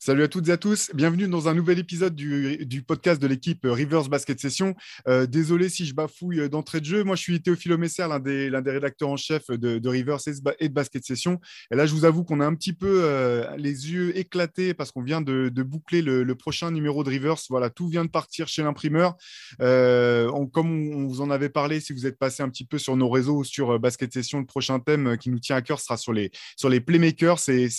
Salut à toutes et à tous, bienvenue dans un nouvel épisode du podcast de l'équipe Rivers Basket Session. Désolé si je bafouille d'entrée de jeu, moi je suis Théophile Messer, l'un des rédacteurs en chef de Rivers et de Basket Session. Et là je vous avoue qu'on a un petit peu les yeux éclatés parce qu'on vient de boucler le prochain numéro de Rivers. Voilà, tout vient de partir chez l'imprimeur. Comme on vous en avait parlé, si vous êtes passé un petit peu sur nos réseaux ou sur Basket Session, le prochain thème qui nous tient à cœur sera sur les playmakers,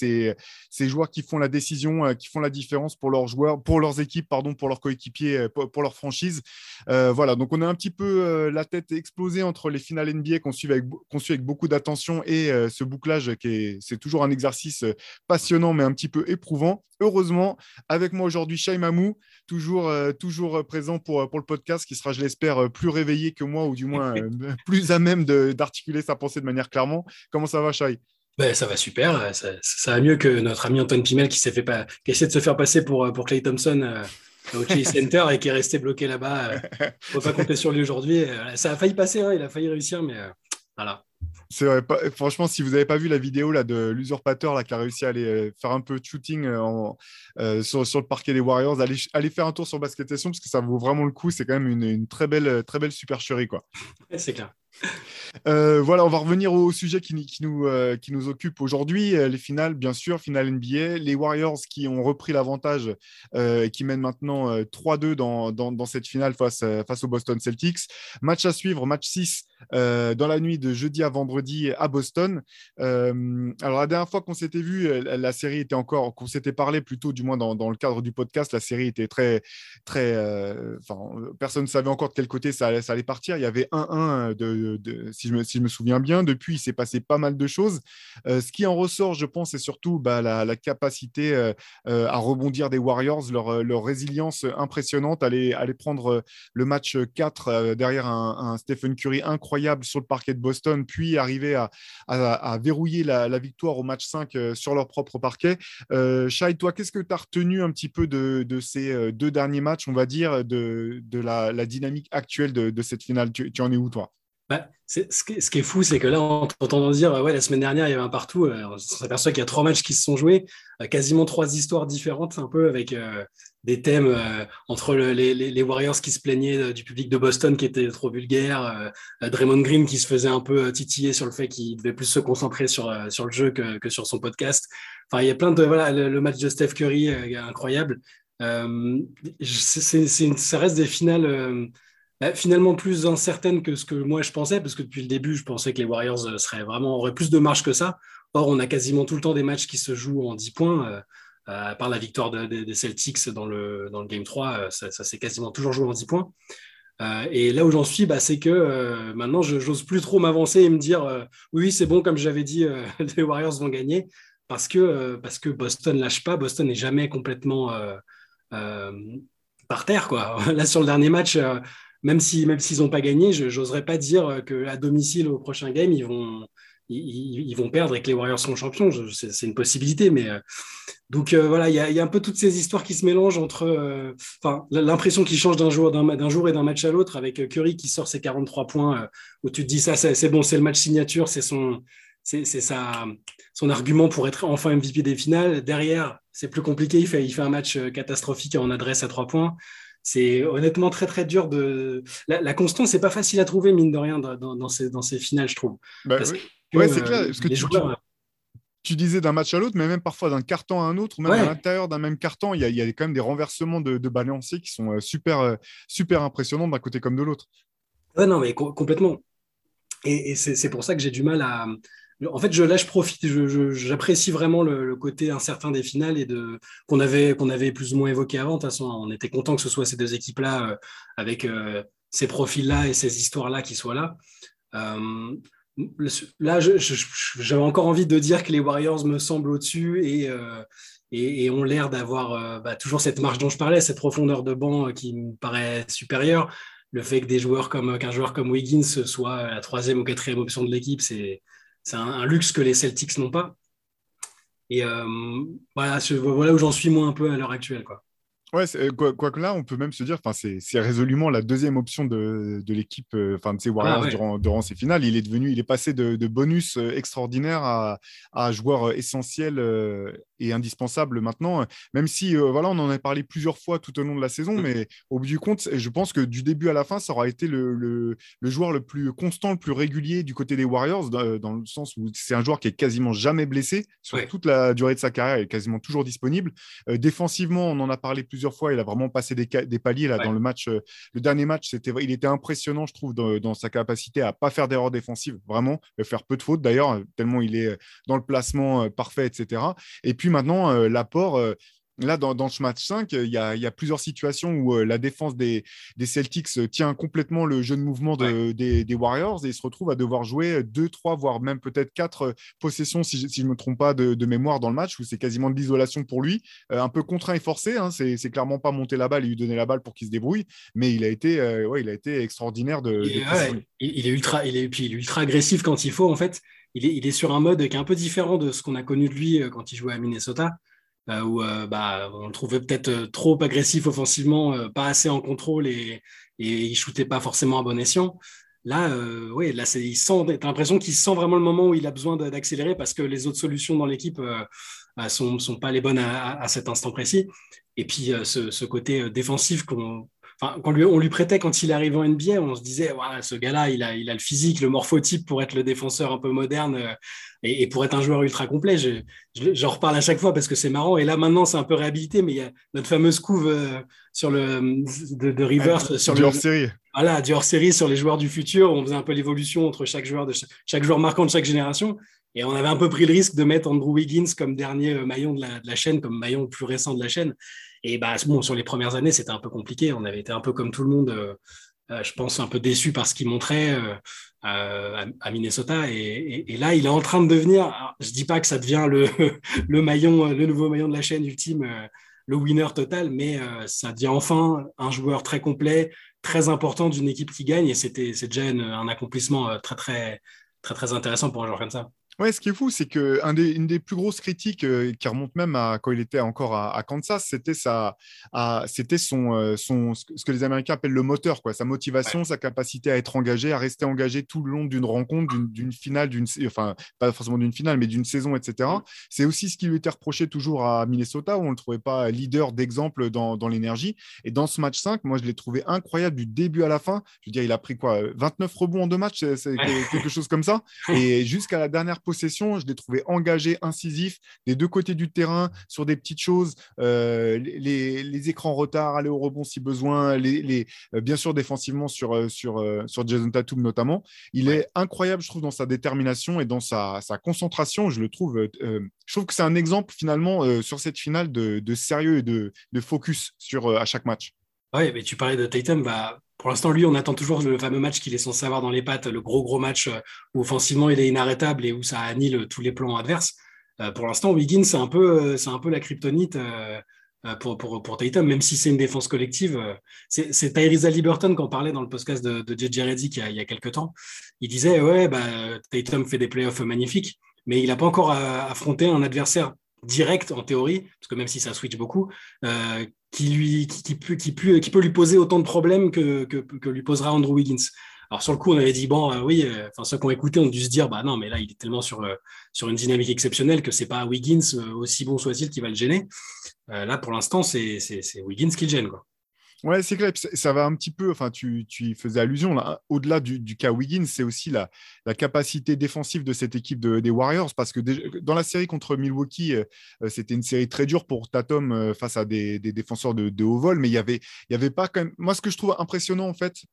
ces joueurs qui font la décision, qui font la différence pour leurs joueurs, pour leurs équipes, pardon, pour leurs coéquipiers, pour leur franchise. Voilà, donc on a un petit peu la tête explosée entre les finales NBA qu'on suit avec beaucoup d'attention et ce bouclage c'est toujours un exercice passionnant mais un petit peu éprouvant. Heureusement, avec moi aujourd'hui, Shai Mamou, toujours présent pour le podcast, qui sera, je l'espère, plus réveillé que moi, ou du moins plus à même d'articuler sa pensée de manière clairement. Comment ça va, Shai? Ben, ça va super, ça va mieux que notre ami Antoine Pimel qui essaie de se faire passer pour Klay Thompson au Chase Center et qui est resté bloqué là-bas. On ne peut pas compter sur lui aujourd'hui. Ça a failli passer, hein, il a failli réussir, mais voilà. C'est vrai, franchement, si vous n'avez pas vu la vidéo là, de l'usurpateur là, qui a réussi à aller faire un peu de shooting sur le parquet des Warriors, allez faire un tour sur Basket Session parce que ça vaut vraiment le coup. C'est quand même une très belle supercherie, quoi. C'est clair. Voilà, on va revenir au sujet qui nous occupe aujourd'hui. Les finales, bien sûr, finale NBA. Les Warriors qui ont repris l'avantage et qui mènent maintenant 3-2 dans cette finale face aux Boston Celtics. Match à suivre, match 6 dans la nuit de jeudi à vendredi à Boston. Alors, la dernière fois qu'on s'était vu, la série était encore, qu'on s'était parlé plutôt, du moins dans le cadre du podcast, la série était très. Personne ne savait encore de quel côté ça allait partir. Il y avait 1-1 si je me souviens bien. Depuis, il s'est passé pas mal de choses. Ce qui en ressort, je pense, c'est surtout la capacité à rebondir des Warriors, leur résilience impressionnante, aller prendre le match 4 derrière un Stephen Curry incroyable sur le parquet de Boston, puis arriver à verrouiller la victoire au match 5 sur leur propre parquet. Shai, toi, qu'est-ce que tu as retenu un petit peu de ces deux derniers matchs, on va dire, de la dynamique actuelle de cette finale? Tu en es où, toi? Bah, ce qui est fou, c'est que là, en t'entendant dire, ouais, la semaine dernière, il y avait un partout, on s'aperçoit qu'il y a 3 matchs qui se sont joués, quasiment 3 histoires différentes, un peu avec des thèmes entre les Warriors qui se plaignaient du public de Boston qui était trop vulgaire, Draymond Green qui se faisait un peu titiller sur le fait qu'il devait plus se concentrer sur le jeu que sur son podcast. Enfin, il y a plein de. Voilà, le match de Steph Curry, incroyable. Euh, ça reste des finales. Finalement plus incertaine que ce que moi je pensais, parce que depuis le début, je pensais que les Warriors auraient plus de marge que ça. Or, on a quasiment tout le temps des matchs qui se jouent en 10 points, à part la victoire des Celtics dans le Game 3, ça s'est quasiment toujours joué en 10 points. Et là où j'en suis, c'est que maintenant, je n'ose plus trop m'avancer et me dire oui, c'est bon, comme j'avais dit, les Warriors vont gagner, parce que Boston lâche pas, Boston n'est jamais complètement euh, par terre, quoi. Là, sur le dernier match, même s'ils n'ont pas gagné, je n'oserais pas dire qu'à domicile au prochain game, ils vont perdre et que les Warriors sont champions. C'est une possibilité, mais donc voilà, il y a un peu toutes ces histoires qui se mélangent entre l'impression qu'ils changent d'un jour et d'un match à l'autre, avec Curry qui sort ses 43 points, où tu te dis ça, c'est bon, c'est le match signature, c'est son argument pour être enfin MVP des finales. Derrière, c'est plus compliqué, il fait un match catastrophique en adresse à 3 points. C'est honnêtement très très dur La constance, c'est pas facile à trouver, mine de rien, dans ces finales, je trouve. Bah, Parce oui. que Ouais, c'est clair, parce que les joueurs. tu disais d'un match à l'autre, mais même parfois d'un carton à un autre, ou même à Ouais, l'intérieur d'un même carton, il y a quand même des renversements de balancier qui sont super impressionnants d'un côté comme de l'autre. ouais, non, mais complètement. Et c'est pour ça que j'ai du mal à. En fait, là, je profite, j'apprécie vraiment le côté incertain des finales qu'on avait plus ou moins évoqué avant. De toute façon, on était content que ce soit ces deux équipes-là, avec ces profils-là et ces histoires-là qui soient là. Euh, Là, j'avais encore envie de dire que les Warriors me semblent au-dessus et ont l'air d'avoir toujours cette marge dont je parlais, cette profondeur de banc qui me paraît supérieure. Le fait que qu'un joueur comme Wiggins soit la troisième ou quatrième option de l'équipe, c'est un luxe que les Celtics n'ont pas. Et voilà où j'en suis moi un peu à l'heure actuelle, quoi. Ouais, quoique là, on peut même se dire, enfin, c'est résolument la deuxième option de l'équipe, enfin, de ces Ah Warriors ouais, durant ces finales. Il est passé de bonus extraordinaire à joueur essentiel et indispensable maintenant. Même si, voilà, on en a parlé plusieurs fois tout au long de la saison, mais au bout du compte, je pense que du début à la fin, ça aura été le joueur le plus constant, le plus régulier du côté des Warriors, dans le sens où c'est un joueur qui est quasiment jamais blessé sur ouais, toute la durée de sa carrière, il est quasiment toujours disponible. Défensivement, on en a parlé plusieurs fois. Il a vraiment passé des paliers là dans ouais. le match. Le dernier match, il était impressionnant, je trouve, dans sa capacité à pas faire d'erreurs défensives, vraiment, faire peu de fautes d'ailleurs, tellement il est dans le placement parfait, etc. Et puis maintenant, l'apport. Là, dans ce match 5, il y a plusieurs situations où la défense des Celtics tient complètement le jeu de mouvement Ouais. des Warriors et se retrouve à devoir jouer 2, 3, voire même peut-être 4 possessions, si je ne me trompe pas, de mémoire dans le match, où c'est quasiment de l'isolation pour lui. Un peu contraint et forcé, hein, c'est clairement pas monter la balle et lui donner la balle pour qu'il se débrouille, mais il a été extraordinaire de précision. Il est ultra, puis il est ultra agressif quand il faut, en fait. Il est sur un mode qui est un peu différent de ce qu'on a connu de lui quand il jouait à Minnesota, où bah, on le trouvait peut-être trop agressif offensivement, pas assez en contrôle et il shootait pas forcément à bon escient. Là, oui, là, t'as l'impression qu'il sent vraiment le moment où il a besoin d'accélérer parce que les autres solutions dans l'équipe sont pas les bonnes à cet instant précis. Et puis, ce côté défensif enfin, on lui prêtait quand il arrivait en NBA, on se disait, voilà, ce gars-là, il a le physique, le morphotype pour être le défenseur un peu moderne et pour être un joueur ultra complet. J'en reparle à chaque fois parce que c'est marrant. Et là, maintenant, c'est un peu réhabilité, mais il y a notre fameuse couve sur de Ouais, Rivers sur du hors-série. voilà, du hors-série sur les joueurs du futur. On faisait un peu l'évolution entre chaque joueur chaque joueur marquant de chaque génération. Et on avait un peu pris le risque de mettre Andrew Wiggins comme dernier maillon de la chaîne, comme maillon le plus récent de la chaîne. Et bah, bon, sur les premières années, c'était un peu compliqué. On avait été un peu comme tout le monde, je pense, un peu déçu par ce qu'il montrait à Minnesota. Et là, il est en train de devenir, alors, je dis pas que ça devient le maillon, le nouveau maillon de la chaîne ultime, le winner total, mais ça devient enfin un joueur très complet, très important d'une équipe qui gagne. Et c'est déjà un accomplissement très intéressant pour un joueur comme ça. Ouais, ce qui est fou, c'est que une des plus grosses critiques qui remonte même à quand il était encore à Kansas, c'était ce que les Américains appellent le moteur, quoi, sa Ouais. motivation, sa capacité à être engagé, à rester engagé tout le long d'une rencontre, d'une finale, enfin, pas forcément d'une finale, mais d'une saison, etc. C'est aussi ce qui lui était reproché toujours à Minnesota, où on ne le trouvait pas leader d'exemple dans l'énergie. Et dans ce match 5, moi, je l'ai trouvé incroyable du début à la fin. Je veux dire, il a pris quoi, 29 rebonds en 2 matchs, c'est quelque chose comme ça. Et jusqu'à la dernière possession, je l'ai trouvé engagé, incisif, des deux côtés du terrain, sur des petites choses, les écrans retard, aller au rebond si besoin, bien sûr défensivement sur Jason Tatum notamment. Il Ouais. est incroyable, je trouve, dans sa détermination et dans sa concentration. Je trouve que c'est un exemple finalement sur cette finale de sérieux et de focus à chaque match. Ouais, mais tu parlais de Tatum, bah, pour l'instant, lui, on attend toujours le fameux match qu'il est censé avoir dans les pattes, le gros match où offensivement il est inarrêtable et où ça annule tous les plans adverses. Pour l'instant, Wiggins, c'est un peu la kryptonite pour Tatum, même si c'est une défense collective. C'est Tyrese Haliburton qu'on parlait dans le podcast de JJ Redick il y a quelques temps. Il disait, ouais, bah, Tatum fait des playoffs magnifiques, mais il n'a pas encore affronté un adversaire direct en théorie, parce que même si ça switch beaucoup, qui peut lui poser autant de problèmes que lui posera Andrew Wiggins. Alors sur le coup, on avait dit, bon, oui, enfin ceux qui ont écouté ont dû se dire, bah non, mais là, il est tellement sur une dynamique exceptionnelle que c'est pas Wiggins, aussi bon soit-il, qui va le gêner. Là, pour l'instant, c'est Wiggins qui le gêne, quoi. Ouais, c'est clair. Ça va un petit peu, enfin, tu y faisais allusion, là, au-delà du cas Wiggins, c'est aussi la capacité défensive de cette équipe des Warriors, parce que dans la série contre Milwaukee, c'était une série très dure pour Tatum face à des défenseurs de haut vol, mais il y avait pas quand même. Moi, ce que je trouve impressionnant, en fait,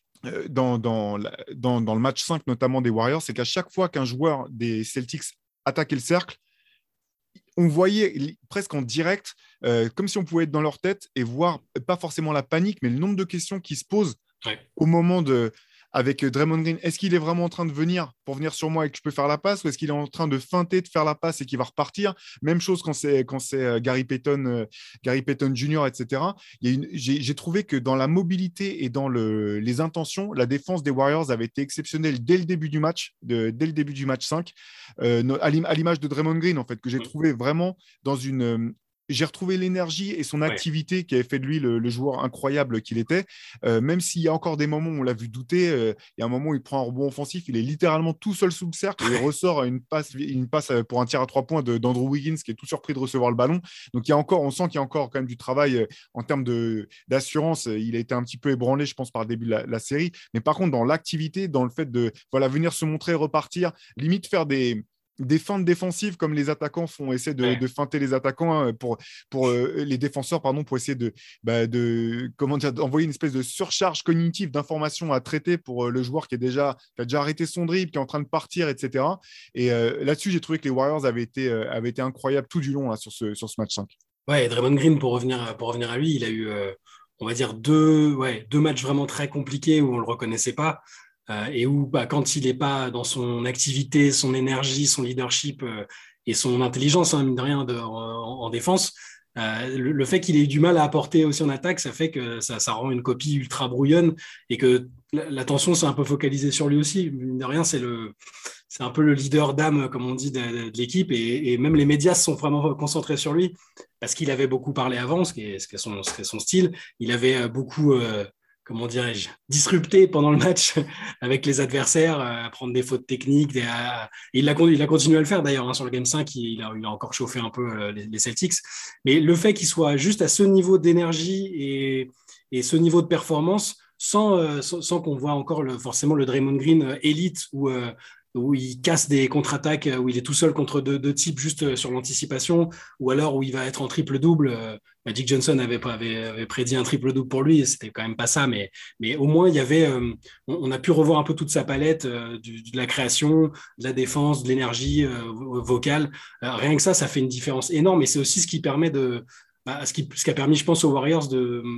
dans le match 5, notamment des Warriors, c'est qu'à chaque fois qu'un joueur des Celtics attaquait le cercle, on voyait presque en direct, comme si on pouvait être dans leur tête et voir, pas forcément la panique, mais le nombre de questions qui se posent Ouais. au moment avec Draymond Green. Est-ce qu'il est vraiment en train de venir pour venir sur moi et que je peux faire la passe, ou est-ce qu'il est en train de feinter de faire la passe et qu'il va repartir? Même chose quand c'est Gary Payton Jr., etc. J'ai trouvé que dans la mobilité et dans les intentions, la défense des Warriors avait été exceptionnelle dès le début du match, dès le début du match 5, à l'image de Draymond Green, en fait, que j'ai trouvé vraiment dans j'ai retrouvé l'énergie et son activité qui avait fait de lui le joueur incroyable qu'il était. Même s'il y a encore des moments où on l'a vu douter, il y a un moment où il prend un rebond offensif, il est littéralement tout seul sous le cercle et il ressort une passe pour un tir à 3 points d'Andrew Wiggins qui est tout surpris de recevoir le ballon. Donc on sent qu'il y a encore quand même du travail en termes d'assurance. Il a été un petit peu ébranlé, je pense, par le début de la série. Mais par contre, dans l'activité, dans le fait de venir se montrer, repartir, limite faire des feintes défensives comme les attaquants font, essayer de feinter les attaquants pour les défenseurs, pardon, pour essayer d'envoyer une espèce de surcharge cognitive d'informations à traiter pour le joueur qui a déjà arrêté son dribble, qui est en train de partir, etc. Et là-dessus, j'ai trouvé que les Warriors avaient été incroyables tout du long là, sur ce match 5. Ouais, et Draymond Green, pour revenir à lui, il a eu, on va dire, deux matchs vraiment très compliqués où on ne le reconnaissait pas. Et où quand il n'est pas dans son activité, son énergie, son leadership et son intelligence, mine de rien, en défense, le fait qu'il ait eu du mal à apporter aussi en attaque, ça fait que ça rend une copie ultra brouillonne et que l'attention s'est un peu focalisée sur lui aussi. Mine de rien, c'est un peu le leader d'âme, comme on dit, de l'équipe, et même les médias se sont vraiment concentrés sur lui parce qu'il avait beaucoup parlé avant, ce qui est son style. Il avait beaucoup... comment dirais-je, disrupté pendant le match avec les adversaires, à prendre des fautes techniques. Il a continué à le faire d'ailleurs sur le Game 5, il a encore chauffé un peu les Celtics. Mais le fait qu'il soit juste à ce niveau d'énergie et ce niveau de performance, sans qu'on voit encore forcément le Draymond Green élite où il casse des contre-attaques, où il est tout seul contre deux types juste sur l'anticipation, ou alors où il va être en triple-double. Magic Johnson avait prédit un triple-double pour lui, et c'était quand même pas ça, mais au moins il y avait, on a pu revoir un peu toute sa palette de la création, de la défense, de l'énergie vocale. Rien que ça fait une différence énorme, et c'est aussi ce qui permet ce qui a permis, je pense, aux Warriors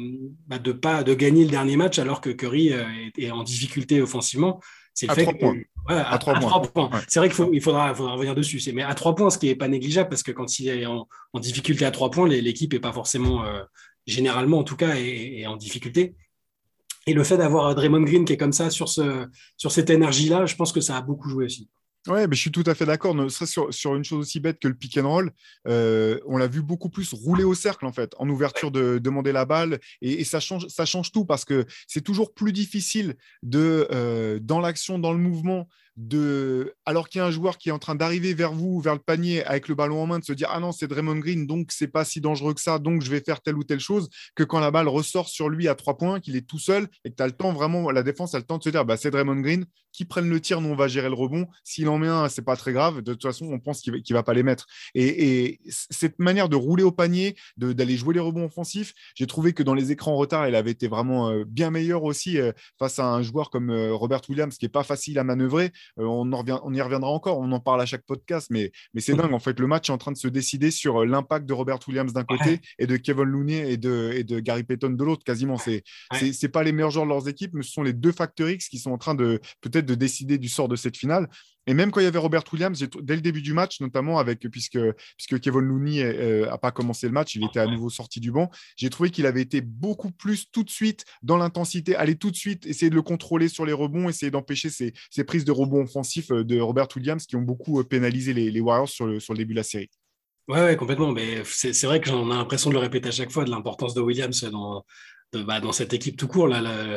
de gagner le dernier match alors que Curry est en difficulté offensivement. C'est le à fait 3 points. À 3 points. Ouais. C'est vrai qu'il faudra revenir dessus. Mais à 3 points, ce qui n'est pas négligeable, parce que quand il est en difficulté à 3 points, l'équipe n'est pas forcément, généralement en tout cas, est en difficulté. Et le fait d'avoir Draymond Green qui est comme ça sur cette énergie-là, je pense que ça a beaucoup joué aussi. Ouais, mais je suis tout à fait d'accord. Ne serait-ce sur une chose aussi bête que le pick and roll, on l'a vu beaucoup plus rouler au cercle en fait, en ouverture de demander la balle, et ça change tout parce que c'est toujours plus difficile dans l'action, dans le mouvement, alors qu'il y a un joueur qui est en train d'arriver vers vous, vers le panier avec le ballon en main, de se dire ah non c'est Draymond Green donc c'est pas si dangereux que ça, donc je vais faire telle ou telle chose, que quand la balle ressort sur lui à 3 points, qu'il est tout seul et que tu as le temps vraiment, la défense a le temps de se dire c'est Draymond Green qui prenne le tir, nous on va gérer le rebond, s'il en met un c'est pas très grave, de toute façon on pense qu'il va pas les mettre, et cette manière de rouler au panier, d'aller jouer les rebonds offensifs, j'ai trouvé que dans les écrans en retard elle avait été vraiment bien meilleure aussi face à un joueur comme Robert Williams qui est pas facile à manœuvrer. On y reviendra encore, on en parle à chaque podcast, mais c'est dingue. En fait, le match est en train de se décider sur l'impact de Robert Williams d'un côté et de Kevin Looney et de Gary Payton de l'autre, quasiment. C'est pas les meilleurs joueurs de leurs équipes, mais ce sont les deux facteurs X qui sont en train peut-être de décider du sort de cette finale. Et même quand il y avait Robert Williams, dès le début du match, notamment puisque Kevin Looney n'a pas commencé le match, il était à nouveau sorti du banc, j'ai trouvé qu'il avait été beaucoup plus tout de suite dans l'intensité, aller tout de suite, essayer de le contrôler sur les rebonds, essayer d'empêcher ces prises de rebonds offensifs de Robert Williams qui ont beaucoup pénalisé les Warriors sur le début de la série. Ouais, complètement. Mais c'est vrai que j'en ai l'impression de le répéter à chaque fois, de l'importance de Williams dans cette équipe tout court.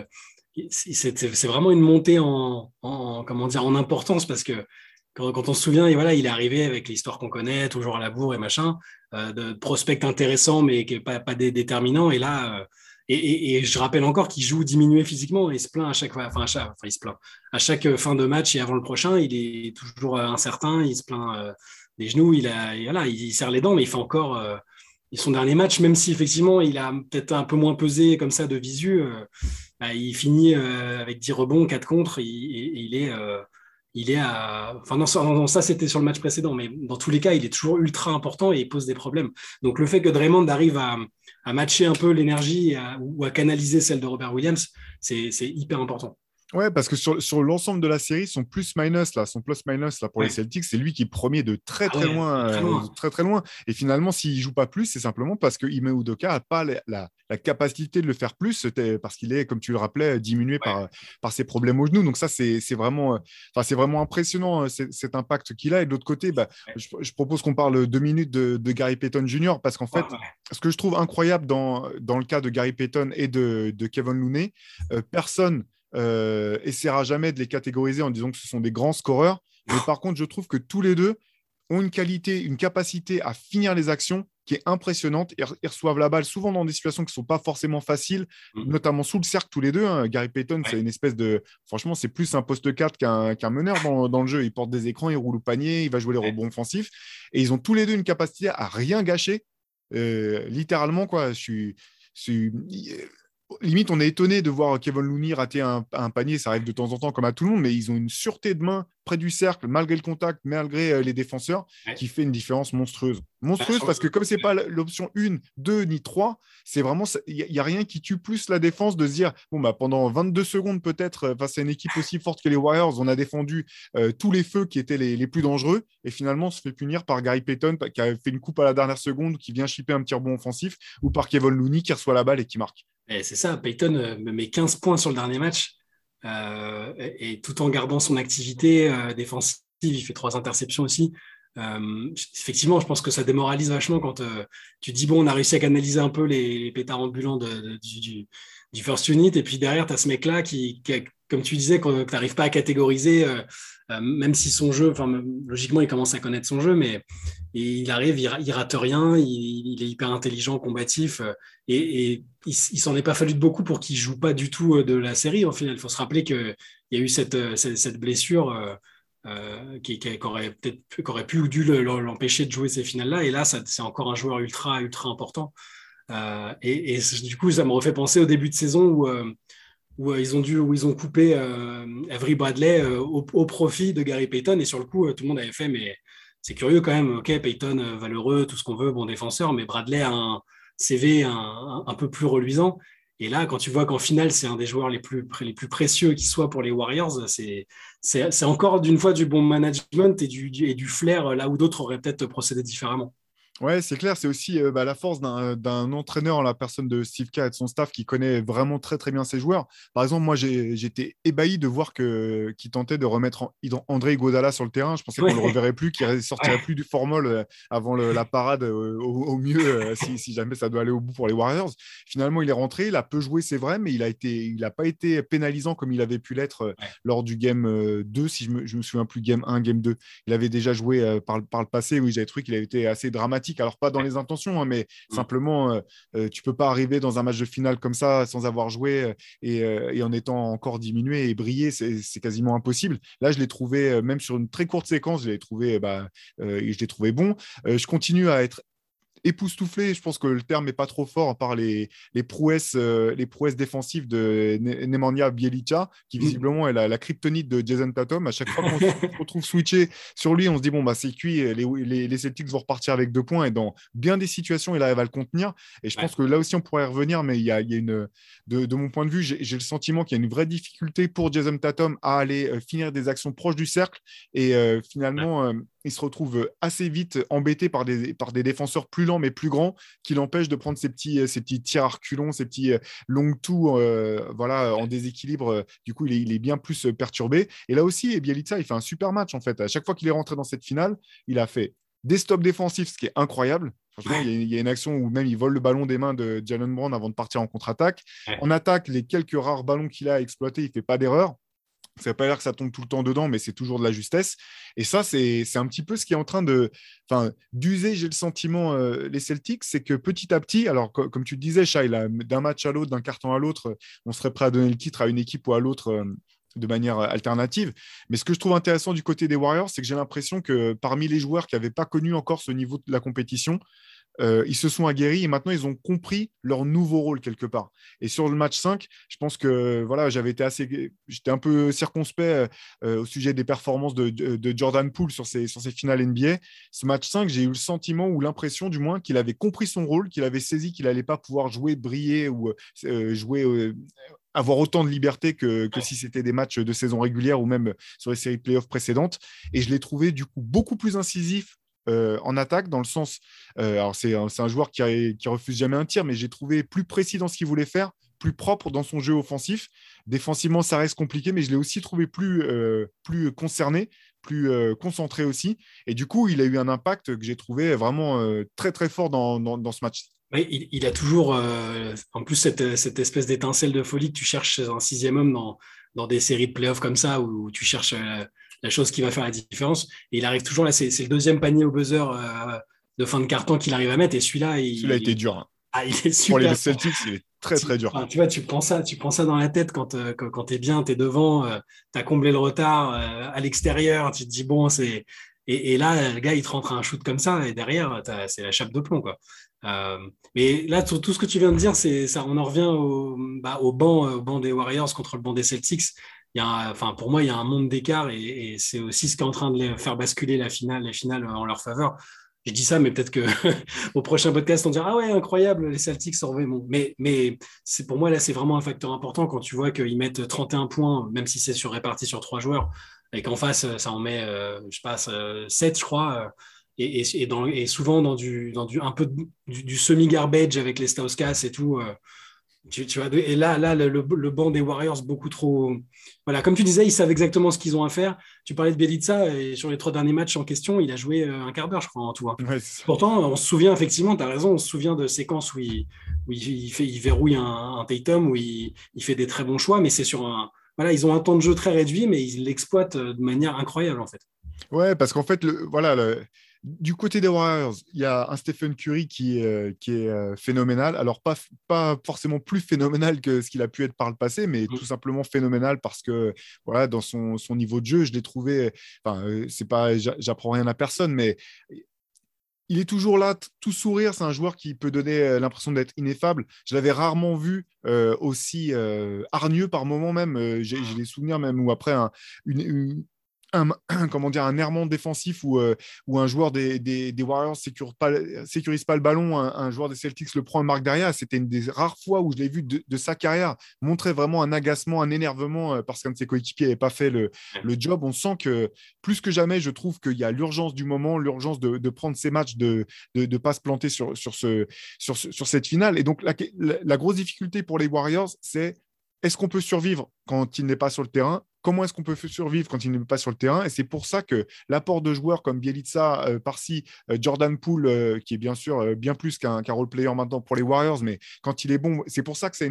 C'est vraiment une montée comment dire, en importance, parce que quand on se souvient, et voilà, il est arrivé avec l'histoire qu'on connaît, toujours à la bourre et machin, de prospect intéressant mais qui n'est pas déterminant. Et là, et je rappelle encore qu'il joue diminué physiquement et il se plaint à chaque fois, il se plaint à chaque fin de match et avant le prochain, il est toujours incertain, il se plaint des genoux, il serre les dents, mais il fait encore son dernier match, même si effectivement il a peut-être un peu moins pesé comme ça de visu, il finit avec 10 rebonds, 4 contre, il est à... Enfin non, ça c'était sur le match précédent, mais dans tous les cas, il est toujours ultra important et il pose des problèmes. Donc le fait que Draymond arrive à matcher un peu l'énergie ou à canaliser celle de Robert Williams, c'est hyper important. Ouais, parce que sur l'ensemble de la série, son plus-minus là, pour les Ouais. Celtics, c'est lui qui est premier de très Ah très ouais, loin. très loin. Très très loin. Et finalement, s'il ne joue pas plus, c'est simplement parce que Ime Udoka n'a pas la capacité de le faire plus, parce qu'il est, comme tu le rappelais, diminué Ouais. par ses problèmes au genou. Donc ça, c'est vraiment, c'est vraiment impressionnant, cet impact qu'il a. Et de l'autre côté, bah, Ouais. je propose qu'on parle 2 minutes de Gary Payton Jr. Parce qu'en Ouais, fait, ouais. ce que je trouve incroyable dans le cas de Gary Payton et de Kevin Looney, personne essaiera jamais de les catégoriser en disant que ce sont des grands scoreurs. Mais par contre, je trouve que tous les deux ont une qualité, une capacité à finir les actions qui est impressionnante. Ils reçoivent la balle souvent dans des situations qui ne sont pas forcément faciles, Mm. notamment sous le cercle tous les deux, hein. Gary Payton, c'est Ouais. une espèce de... Franchement, c'est plus un poste 4 qu'un meneur dans le jeu. Il porte des écrans, il roule au panier, il va jouer les Ouais. rebonds offensifs. Et ils ont tous les deux une capacité à rien gâcher. Littéralement, quoi. Je suis limite, on est étonné de voir Kevin Looney rater un panier. Ça arrive de temps en temps, comme à tout le monde, mais ils ont une sûreté de main près du cercle, malgré le contact, malgré les défenseurs, Ouais. qui fait une différence monstrueuse. Bah, Monstrueuse parce que comme c'est pas l'option 1, 2 ni 3, c'est vraiment, il y a rien qui tue plus la défense de se dire, bon, bah, pendant 22 secondes peut-être, face à une équipe aussi forte que les Warriors, on a défendu tous les feux qui étaient les plus dangereux, et finalement on se fait punir par Gary Payton qui a fait une coupe à la dernière seconde, qui vient chipper un petit rebond offensif, ou par Kevin Looney qui reçoit la balle et qui marque. et c'est ça, Peyton me met 15 points sur le dernier match, et tout en gardant son activité défensive, il fait 3 interceptions aussi. Effectivement, je pense que ça démoralise vachement quand tu te dis, bon, on a réussi à canaliser un peu les pétards ambulants du First Unit, et puis derrière, tu as ce mec-là comme tu disais, que tu n'arrives pas à catégoriser, même si son jeu, enfin, logiquement, il commence à connaître son jeu, mais il arrive, il rate rien, il est hyper intelligent, combatif, et il s'en est pas fallu de beaucoup pour qu'il joue pas du tout de la série. Au final, il faut se rappeler qu'il y a eu cette blessure qui aurait peut-être qui aurait pu ou dû l'empêcher de jouer ces finales-là. Et là, c'est encore un joueur ultra, ultra important. Et du coup, ça me refait penser au début de saison où ils ont coupé Avery Bradley au profit de Gary Payton. Et sur le coup, tout le monde avait fait, mais c'est curieux quand même. Ok, Payton, valeureux, tout ce qu'on veut, bon défenseur, mais Bradley a un CV un peu plus reluisant. Et là, quand tu vois qu'en finale, c'est un des joueurs les plus précieux qui soit pour les Warriors, c'est encore d'une fois du bon management et du flair là où d'autres auraient peut-être procédé différemment. Ouais, c'est clair, c'est aussi bah, la force d'un entraîneur en la personne de Steve Kerr et de son staff qui connaît vraiment très très bien ses joueurs. Par exemple, moi j'étais ébahi de voir qu'il tentait de remettre André Iguodala sur le terrain. Je pensais qu'on le Ouais, reverrait plus, qu'il sortirait ouais, plus du formol avant la parade au mieux, si jamais ça doit aller au bout pour les Warriors. Finalement, il est rentré, il a peu joué, c'est vrai, mais il n'a pas été pénalisant comme il avait pu l'être ouais. lors du game 2, si je me souviens plus, game 1, game 2. Il avait déjà joué par le passé, oui, j'avais trouvé qu'il avait été assez dramatique. Alors, pas dans Ouais. les intentions, hein, mais Mm. simplement, tu peux pas arriver dans un match de finale comme ça sans avoir joué et en étant encore diminué et briller, c'est quasiment impossible. Là, je l'ai trouvé, même sur une très courte séquence, je l'ai trouvé bon. Je continue à être époustouflé. Je pense que le terme n'est pas trop fort par les prouesses défensives de Nemanja Bjelica, qui Mm. visiblement est la kryptonite de Jason Tatum. À chaque fois qu'on se retrouve switché sur lui, on se dit bon, bah, c'est cuit, les Celtics vont repartir avec 2 points. Et dans bien des situations, il arrive à le contenir. Et je Ouais. pense que là aussi, on pourrait y revenir, mais il y a une, de mon point de vue, j'ai le sentiment qu'il y a une vraie difficulté pour Jason Tatum à aller finir des actions proches du cercle. Et Ouais. finalement, il se retrouve assez vite embêté par des défenseurs plus lents mais plus grands qui l'empêchent de prendre ces petits tirs à reculons, ces petits long two voilà, en déséquilibre. Du coup, il est bien plus perturbé. Et là aussi, Bielitsa, il fait un super match en fait. À chaque fois qu'il est rentré dans cette finale, il a fait des stops défensifs, ce qui est incroyable. Franchement, Ouais. il y a une action où même il vole le ballon des mains de Jalen Brown avant de partir en contre-attaque. Ouais. En attaque, les quelques rares ballons qu'il a exploités, il ne fait pas d'erreur. Ça ne veut pas dire que ça tombe tout le temps dedans, mais c'est toujours de la justesse. Et ça, c'est un petit peu ce qui est en train d'user, j'ai le sentiment, les Celtics, c'est que petit à petit, alors comme tu le disais, Shai, là, d'un match à l'autre, d'un carton à l'autre, on serait prêt à donner le titre à une équipe ou à l'autre de manière alternative. Mais ce que je trouve intéressant du côté des Warriors, c'est que j'ai l'impression que parmi les joueurs qui n'avaient pas connu encore ce niveau de la compétition, ils se sont aguerris et maintenant ils ont compris leur nouveau rôle quelque part. Et sur le match 5, je pense que voilà, j'étais un peu circonspect au sujet des performances de Jordan Poole sur ses finales NBA. Ce match 5, j'ai eu le sentiment ou l'impression du moins qu'il avait compris son rôle, qu'il avait saisi qu'il n'allait pas pouvoir jouer, briller ou jouer avoir autant de liberté que si c'était des matchs de saison régulière ou même sur les séries de playoffs précédentes. Et je l'ai trouvé du coup beaucoup plus incisif en attaque, dans le sens, alors c'est un joueur qui refuse jamais un tir, mais j'ai trouvé plus précis dans ce qu'il voulait faire, plus propre dans son jeu offensif. Défensivement, ça reste compliqué, mais je l'ai aussi trouvé plus concerné, plus concentré aussi. Et du coup, il a eu un impact que j'ai trouvé vraiment très, très fort dans ce match. Oui, il a toujours, en plus, cette espèce d'étincelle de folie que tu cherches chez un sixième homme dans des séries de playoffs comme ça, où tu cherches la chose qui va faire la différence. Et il arrive toujours là, c'est le deuxième panier au buzzer de fin de carton qu'il arrive à mettre. Et celui-là, Celui-là a été dur, hein. il est Pour les super fort. Celtics, il est très, très dur. Enfin, tu vois, tu prends ça dans la tête quand tu es bien, tu es devant, tu as comblé le retard à l'extérieur, tu te dis, bon, c'est. Et là, le gars, il te rentre un shoot comme ça, et derrière, c'est la chape de plomb, quoi. Euh, mais là, tout ce que tu viens de dire, c'est ça, on en revient au banc des Warriors contre le banc des Celtics. Enfin, pour moi, il y a un monde d'écart et c'est aussi ce qui est en train de les faire basculer les finales en leur faveur. Je dis ça, mais peut-être que au prochain podcast, on dira ah ouais, incroyable, les Celtics sont revenus. Bon, mais c'est pour moi là, c'est vraiment un facteur important quand tu vois qu'ils mettent 31 points, même si c'est réparti sur 3 joueurs, et qu'en face, ça en met, je passe 7, je crois. Et souvent dans du un peu du semi-garbage avec les Stauskas et tout. Tu vois, et là le banc des Warriors, beaucoup trop. Voilà, comme tu disais, ils savent exactement ce qu'ils ont à faire. Tu parlais de Bjelica, et sur les 3 derniers matchs en question, il a joué un quart d'heure, je crois, en tout, hein. Ouais, Pourtant, on se souvient, effectivement, tu as raison, on se souvient de séquences il verrouille un Tatum, où il fait des très bons choix, mais c'est sur un. Voilà, ils ont un temps de jeu très réduit, mais ils l'exploitent de manière incroyable, en fait. ouais, parce qu'en fait, du côté des Warriors, il y a un Stephen Curry qui est phénoménal. Alors, pas forcément plus phénoménal que ce qu'il a pu être par le passé, mais tout simplement phénoménal parce que voilà, dans son niveau de jeu, je l'ai trouvé. Enfin, c'est pas, j'apprends rien à personne, mais il est toujours là, tout sourire. C'est un joueur qui peut donner l'impression d'être ineffable. Je l'avais rarement vu aussi hargneux par moment même. J'ai des souvenirs même où après une, comment dire, un errement défensif où un joueur des Warriors sécurise pas le ballon, un joueur des Celtics le prend et marque derrière. C'était une des rares fois où je l'ai vu de sa carrière montrer vraiment un agacement, un énervement parce qu'un de ses coéquipiers n'avait pas fait le job. On sent que plus que jamais, je trouve qu'il y a l'urgence du moment, l'urgence de prendre ces matchs, de ne pas se planter sur cette finale. Et donc, la grosse difficulté pour les Warriors, c'est est-ce qu'on peut survivre quand il n'est pas sur le terrain? Comment est-ce qu'on peut survivre quand il n'est pas sur le terrain? Et c'est pour ça que l'apport de joueurs comme Bjelica, par-ci, Jordan Poole, qui est bien sûr bien plus qu'un role-player maintenant pour les Warriors, mais quand il est bon, c'est pour ça que c'est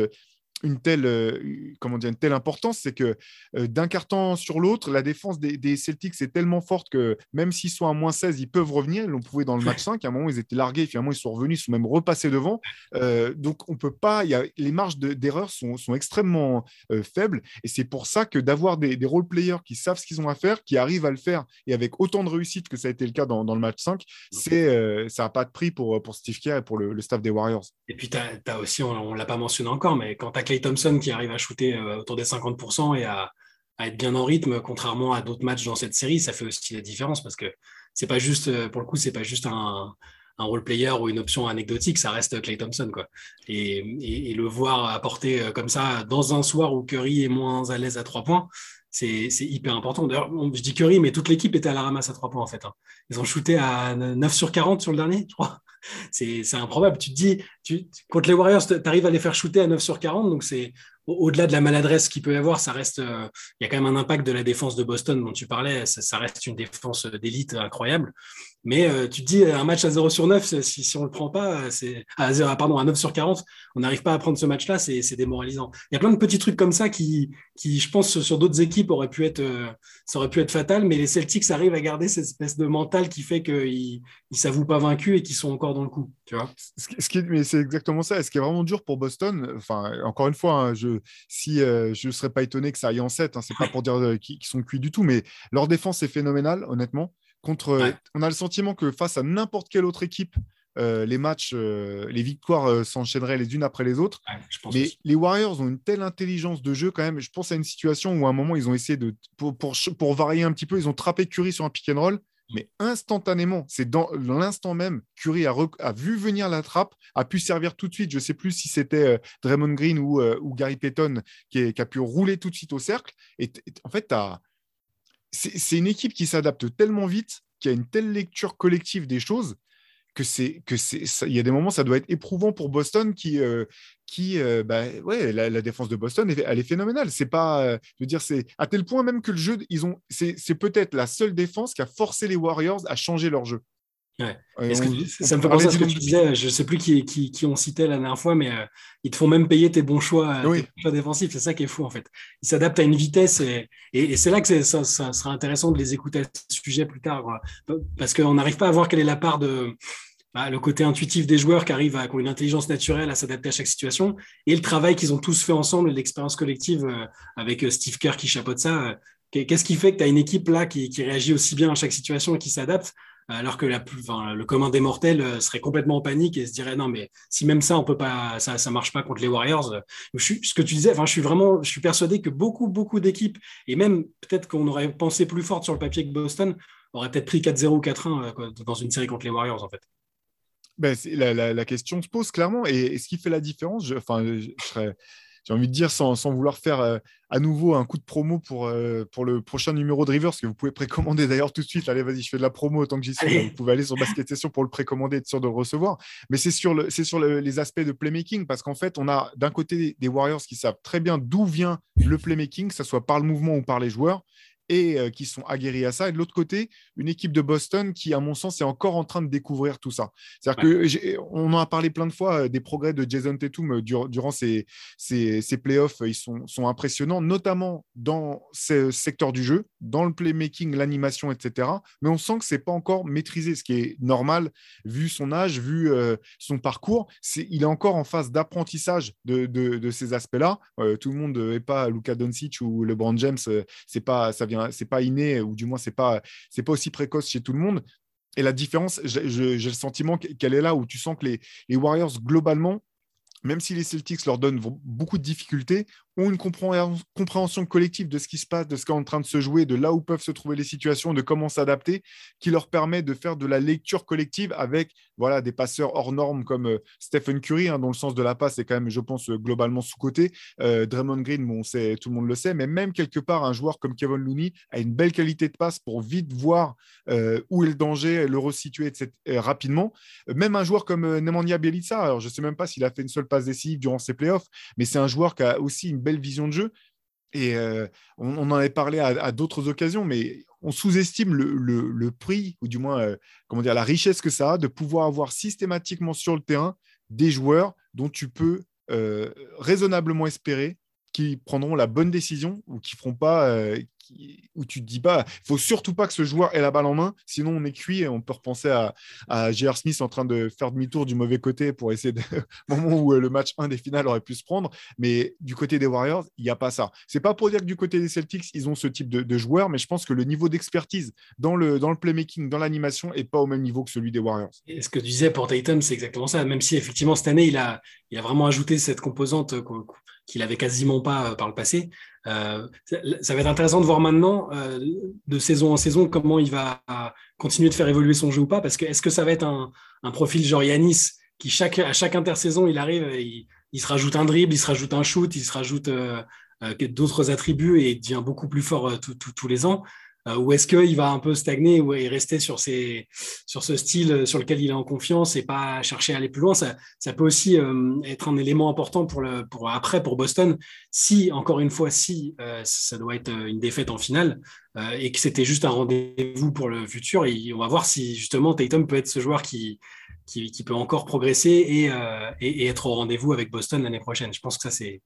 une telle importance, c'est que d'un quart-temps sur l'autre, la défense des Celtics est tellement forte que même s'ils sont à -16, ils peuvent revenir. Ils l'ont prouvé dans le match 5. À un moment, ils étaient largués. Finalement, ils sont revenus. Ils sont même repassés devant. Donc, on peut pas. Les marges d'erreur sont extrêmement faibles. Et c'est pour ça que d'avoir des role-players qui savent ce qu'ils ont à faire, qui arrivent à le faire et avec autant de réussite que ça a été le cas dans le match 5, ça n'a pas de prix pour Steve Kerr et pour le staff des Warriors. Et puis, tu as aussi, on ne l'a pas mentionné encore, mais quand tu as Klay Thompson qui arrive à shooter autour des 50% et à être bien en rythme, contrairement à d'autres matchs dans cette série, ça fait aussi la différence parce que c'est pas juste, pour le coup, c'est pas juste un role player ou une option anecdotique, ça reste Klay Thompson, quoi. Et le voir apporter comme ça dans un soir où Curry est moins à l'aise à 3 points, c'est hyper important. D'ailleurs, je dis Curry, mais toute l'équipe était à la ramasse à 3 points, en fait, hein. Ils ont shooté à 9 sur 40 sur le dernier, je crois. C'est improbable. Tu te dis, contre les Warriors, tu arrives à les faire shooter à 9 sur 40, donc c'est au-delà de la maladresse qu'il peut y avoir, ça reste, il y a quand même un impact de la défense de Boston dont tu parlais, ça reste une défense d'élite incroyable. Mais tu te dis, un match à 0 sur 9, si on ne le prend pas, à 9 sur 40, on n'arrive pas à prendre ce match-là, c'est démoralisant. Il y a plein de petits trucs comme ça qui je pense, sur d'autres équipes, ça aurait pu être fatal, mais les Celtics arrivent à garder cette espèce de mental qui fait qu'ils ne s'avouent pas vaincus et qu'ils sont encore dans le coup. Tu vois, Mais c'est exactement ça. Et ce qui est vraiment dur pour Boston, enfin, encore une fois, hein, je ne serais pas étonné que ça aille en 7, hein, c'est pas pour dire qu'ils sont cuits du tout, mais leur défense est phénoménale, honnêtement. On a le sentiment que face à n'importe quelle autre équipe, les matchs, les victoires s'enchaîneraient les unes après les autres. ouais, je pense Mais aussi. les Warriors ont une telle intelligence de jeu quand même. Je pense à une situation où à un moment, ils ont essayé pour varier un petit peu, ils ont trappé Curry sur un pick and roll. mais instantanément. C'est dans l'instant même. Curry a vu venir la trappe, a pu servir tout de suite. Je ne sais plus si c'était Draymond Green ou Gary Payton qui a pu rouler tout de suite au cercle. Et en fait, c'est une équipe qui s'adapte tellement vite, qui a une telle lecture collective des choses il y a des moments, ça doit être éprouvant pour Boston la défense de Boston, elle est phénoménale. C'est pas, je veux dire, c'est à tel point même que le jeu, c'est peut-être la seule défense qui a forcé les Warriors à changer leur jeu. Ouais. On Ça me peut fait penser parler à ce du que nombre tu de... disais, je ne sais plus qui on citait la dernière fois, mais ils te font même payer tes Oui, bons choix défensifs. C'est ça qui est fou, en fait. Ils s'adaptent à une vitesse et c'est là que ça sera intéressant de les écouter à ce sujet plus tard, quoi. Parce qu'on n'arrive pas à voir quelle est la part de le côté intuitif des joueurs qui ont une intelligence naturelle à s'adapter à chaque situation et le travail qu'ils ont tous fait ensemble, l'expérience collective avec Steve Kerr qui chapeaute ça. Qu'est-ce qui fait que tu as une équipe là qui réagit aussi bien à chaque situation et qui s'adapte alors que le commun des mortels serait complètement en panique et se dirait non mais si même ça on peut pas ça marche pas contre les Warriors. Ce que tu disais, je suis persuadé que beaucoup d'équipes et même peut-être qu'on aurait pensé plus forte sur le papier que Boston aurait peut-être pris 4-0 ou 4-1 dans une série contre les Warriors en fait. ben, la question se pose clairement. Et ce qui fait la différence, j'ai envie de dire, sans vouloir faire à nouveau un coup de promo pour le prochain numéro de Rivers, que vous pouvez précommander d'ailleurs tout de suite. Allez, vas-y, je fais de la promo autant que j'y suis. Là. Vous pouvez aller sur Basket Session pour le précommander et être sûr de le recevoir. Mais c'est sur les aspects de playmaking, parce qu'en fait, on a d'un côté des Warriors qui savent très bien d'où vient le playmaking, que ce soit par le mouvement ou par les joueurs, et qui sont aguerris à ça. Et de l'autre côté, une équipe de Boston qui, à mon sens, est encore en train de découvrir tout ça. C'est-à-dire qu'on en a parlé plein de fois, des progrès de Jason Tatum durant ces playoffs, ils sont impressionnants, notamment dans ce secteur du jeu, dans le playmaking, l'animation, etc. Mais on sent que ce n'est pas encore maîtrisé, ce qui est normal, vu son âge, vu son parcours. Il est encore en phase d'apprentissage de ces aspects-là. Tout le monde n'est pas Luka Doncic ou LeBron James, c'est pas inné, ou du moins c'est pas aussi précoce chez tout le monde. Et la différence, j'ai le sentiment qu'elle est là, où tu sens que les Warriors, globalement, même si les Celtics leur donnent beaucoup de difficultés, ont une compréhension collective de ce qui se passe, de ce qui est en train de se jouer, de là où peuvent se trouver les situations, de comment s'adapter, qui leur permet de faire de la lecture collective avec des passeurs hors normes comme Stephen Curry, dont le sens de la passe est quand même, je pense, globalement sous-coté. Draymond Green, tout le monde le sait, mais même quelque part, un joueur comme Kevin Looney a une belle qualité de passe pour vite voir où est le danger, le resituer rapidement. Même un joueur comme Nemanja Bjelica, alors je ne sais même pas s'il a fait une seule passe décisive durant ses playoffs, mais c'est un joueur qui a aussi une belle vision de jeu. Et on en avait parlé à d'autres occasions, mais on sous-estime le prix, ou du moins la richesse que ça a de pouvoir avoir systématiquement sur le terrain des joueurs dont tu peux raisonnablement espérer qui prendront la bonne décision ou qui feront pas, où tu te dis pas, il faut surtout pas que ce joueur ait la balle en main, sinon on est cuit et on peut repenser à J.R. Smith en train de faire demi-tour du mauvais côté pour essayer de, au moment où le match 1 des finales aurait pu se prendre. Mais du côté des Warriors, il n'y a pas ça. C'est pas pour dire que du côté des Celtics, ils ont ce type de joueurs, mais je pense que le niveau d'expertise dans le playmaking, dans l'animation, est pas au même niveau que celui des Warriors. Et ce que tu disais pour Tatum, c'est exactement ça. Même si effectivement cette année, il a vraiment ajouté cette composante qu'il avait quasiment pas par le passé. Ça va être intéressant de voir maintenant, de saison en saison, comment il va continuer de faire évoluer son jeu ou pas. Parce que est-ce que ça va être un profil genre Yanis qui à chaque intersaison, il arrive, il se rajoute un dribble, il se rajoute un shoot, il se rajoute d'autres attributs et il devient beaucoup plus fort tous les ans. Ou est-ce qu'il va un peu stagner et rester sur ce style sur lequel il est en confiance et pas chercher à aller plus loin? Ça peut aussi être un élément important pour Boston. Si, encore une fois, ça doit être une défaite en finale et que c'était juste un rendez-vous pour le futur, et on va voir si justement Tatum peut être ce joueur qui peut encore progresser et être au rendez-vous avec Boston l'année prochaine. Je pense que ça, c'est...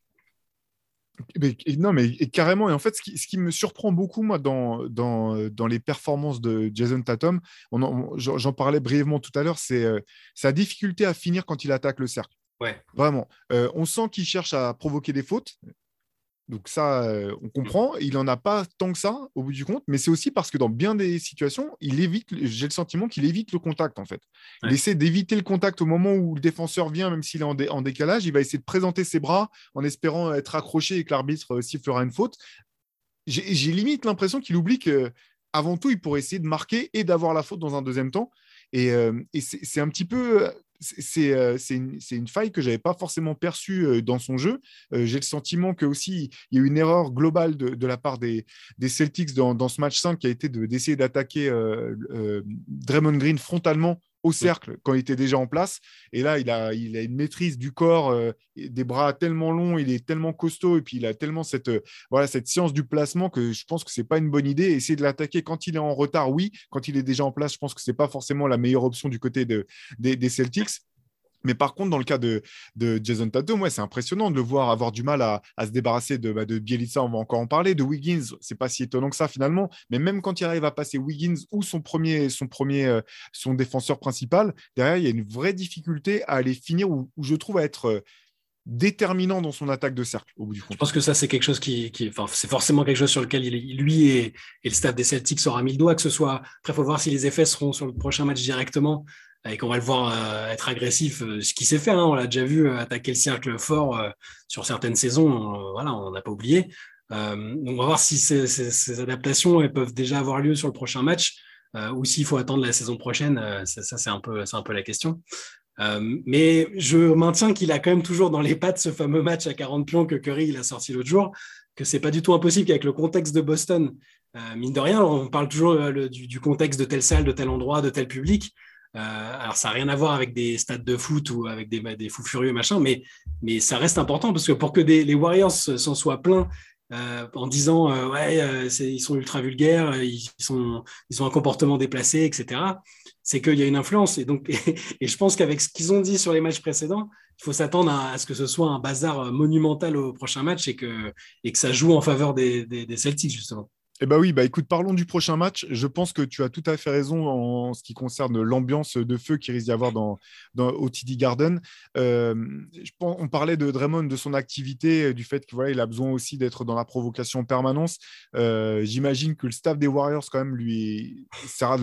Non, mais carrément. Et en fait, ce qui me surprend beaucoup, moi, dans les performances de Jason Tatum, j'en parlais brièvement tout à l'heure, c'est sa difficulté à finir quand il attaque le cercle. Ouais. Vraiment. On sent qu'il cherche à provoquer des fautes. Donc ça, on comprend. Il n'en a pas tant que ça au bout du compte, mais c'est aussi parce que dans bien des situations, j'ai le sentiment qu'il évite le contact, en fait. Il essaie d'éviter le contact au moment où le défenseur vient, même s'il est en décalage. Il va essayer de présenter ses bras en espérant être accroché et que l'arbitre sifflera une faute. J'ai limite l'impression qu'il oublie que avant tout, il pourrait essayer de marquer et d'avoir la faute dans un deuxième temps. Et c'est un petit peu. C'est une faille que je n'avais pas forcément perçue dans son jeu. J'ai le sentiment qu'il y a eu une erreur globale de la part des Celtics dans ce match 5 qui a été d'essayer d'attaquer Draymond Green frontalement au cercle quand il était déjà en place. Et là, il a une maîtrise du corps, des bras tellement longs, il est tellement costaud et puis il a tellement cette science du placement que je pense que ce n'est pas une bonne idée. Essayer de l'attaquer quand il est en retard, oui. Quand il est déjà en place, je pense que ce n'est pas forcément la meilleure option du côté des Celtics. Mais par contre, dans le cas de Jason Tatum, ouais, c'est impressionnant de le voir avoir du mal à se débarrasser de Bjelica, on va encore en parler, de Wiggins, c'est pas si étonnant que ça finalement, mais même quand il arrive à passer Wiggins ou son défenseur principal, derrière, il y a une vraie difficulté à aller finir où je trouve à être déterminant dans son attaque de cercle au bout du compte. Je pense que ça, c'est quelque chose c'est forcément quelque chose sur lequel lui et le staff des Celtics aura mis le doigt, que ce soit, après, il faut voir si les effets seront sur le prochain match directement et qu'on va le voir être agressif, ce qui s'est fait, hein, on l'a déjà vu attaquer le cercle fort sur certaines saisons, voilà, on n'a pas oublié. Donc on va voir si ces adaptations elles peuvent déjà avoir lieu sur le prochain match ou s'il faut attendre la saison prochaine, ça c'est un peu la question. Mais je maintiens qu'il a quand même toujours dans les pattes ce fameux match à 40 pions que Curry il a sorti l'autre jour, que c'est pas du tout impossible qu'avec le contexte de Boston, mine de rien, on parle toujours du contexte de telle salle, de tel endroit, de tel public. Alors ça n'a rien à voir avec des stades de foot ou avec des fous furieux machin, mais ça reste important parce que pour que les Warriors s'en soient pleins en disant ils sont ultra vulgaires, ils ont un comportement déplacé, etc. C'est qu'il y a une influence. Et donc, et je pense qu'avec ce qu'ils ont dit sur les matchs précédents, il faut s'attendre à ce que ce soit un bazar monumental au prochain match et que ça joue en faveur des Celtics, justement. Eh ben oui, écoute, parlons du prochain match. Je pense que tu as tout à fait raison en ce qui concerne l'ambiance de feu qu'il risque d'y avoir au TD Garden. On parlait de Draymond, de son activité, du fait qu'il il a besoin aussi d'être dans la provocation en permanence. J'imagine que le staff des Warriors, quand même, lui essaiera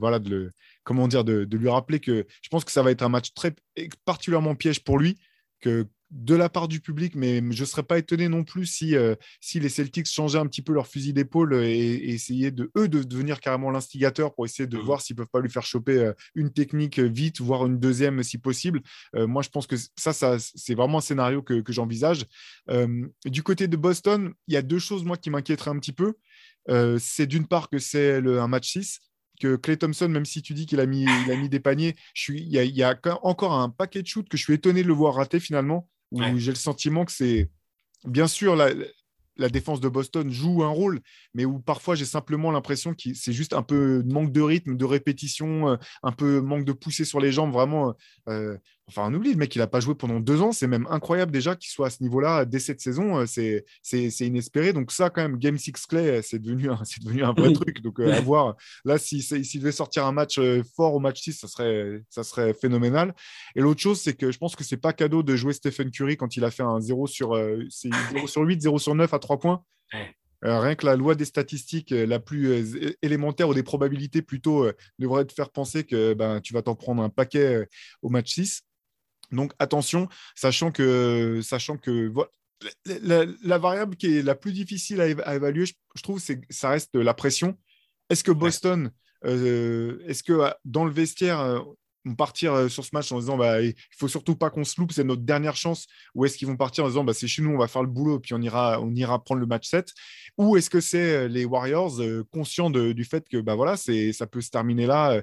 de lui rappeler que je pense que ça va être un match particulièrement piège pour lui, que de la part du public, mais je ne serais pas étonné non plus si les Celtics changeaient un petit peu leur fusil d'épaule et essayaient de devenir carrément l'instigateur pour essayer de voir s'ils ne peuvent pas lui faire choper une technique vite, voire une deuxième si possible. Moi, je pense que ça c'est vraiment un scénario que j'envisage. Du côté de Boston, il y a deux choses, moi, qui m'inquiéteraient un petit peu. C'est d'une part que c'est un match 6, que Klay Thompson, même si tu dis qu'il a mis des paniers, il y a encore un paquet de shoots que je suis étonné de le voir rater finalement, où j'ai le sentiment que c'est bien sûr la défense de Boston joue un rôle, mais où parfois j'ai simplement l'impression que c'est juste un peu manque de rythme, de répétition, un peu manque de pousser sur les jambes, vraiment. Enfin, on oublie, le mec, il n'a pas joué pendant 2 ans, c'est même incroyable déjà qu'il soit à ce niveau-là dès cette saison, c'est inespéré. Donc ça, quand même, Game 6 Clay, c'est devenu un vrai truc. Donc à voir, là, s'il devait sortir un match fort au match 6, ça serait phénoménal. Et l'autre chose, c'est que je pense que c'est pas cadeau de jouer Stephen Curry quand il a fait un 0 sur 8, 0 sur 9 à 3 points. Ouais. Rien que la loi des statistiques la plus élémentaire ou des probabilités plutôt devrait te faire penser que tu vas t'en prendre un paquet au match 6. Donc attention, sachant que voilà, la variable qui est la plus difficile à évaluer, je trouve, ça reste la pression. Est-ce que Boston, est-ce que dans le vestiaire, vont partir sur ce match en disant il ne faut surtout pas qu'on se loupe, c'est notre dernière chance, ou est-ce qu'ils vont partir en disant c'est chez nous, on va faire le boulot, puis on ira prendre le match 7, ou est-ce que c'est les Warriors conscients du fait que ça peut se terminer là.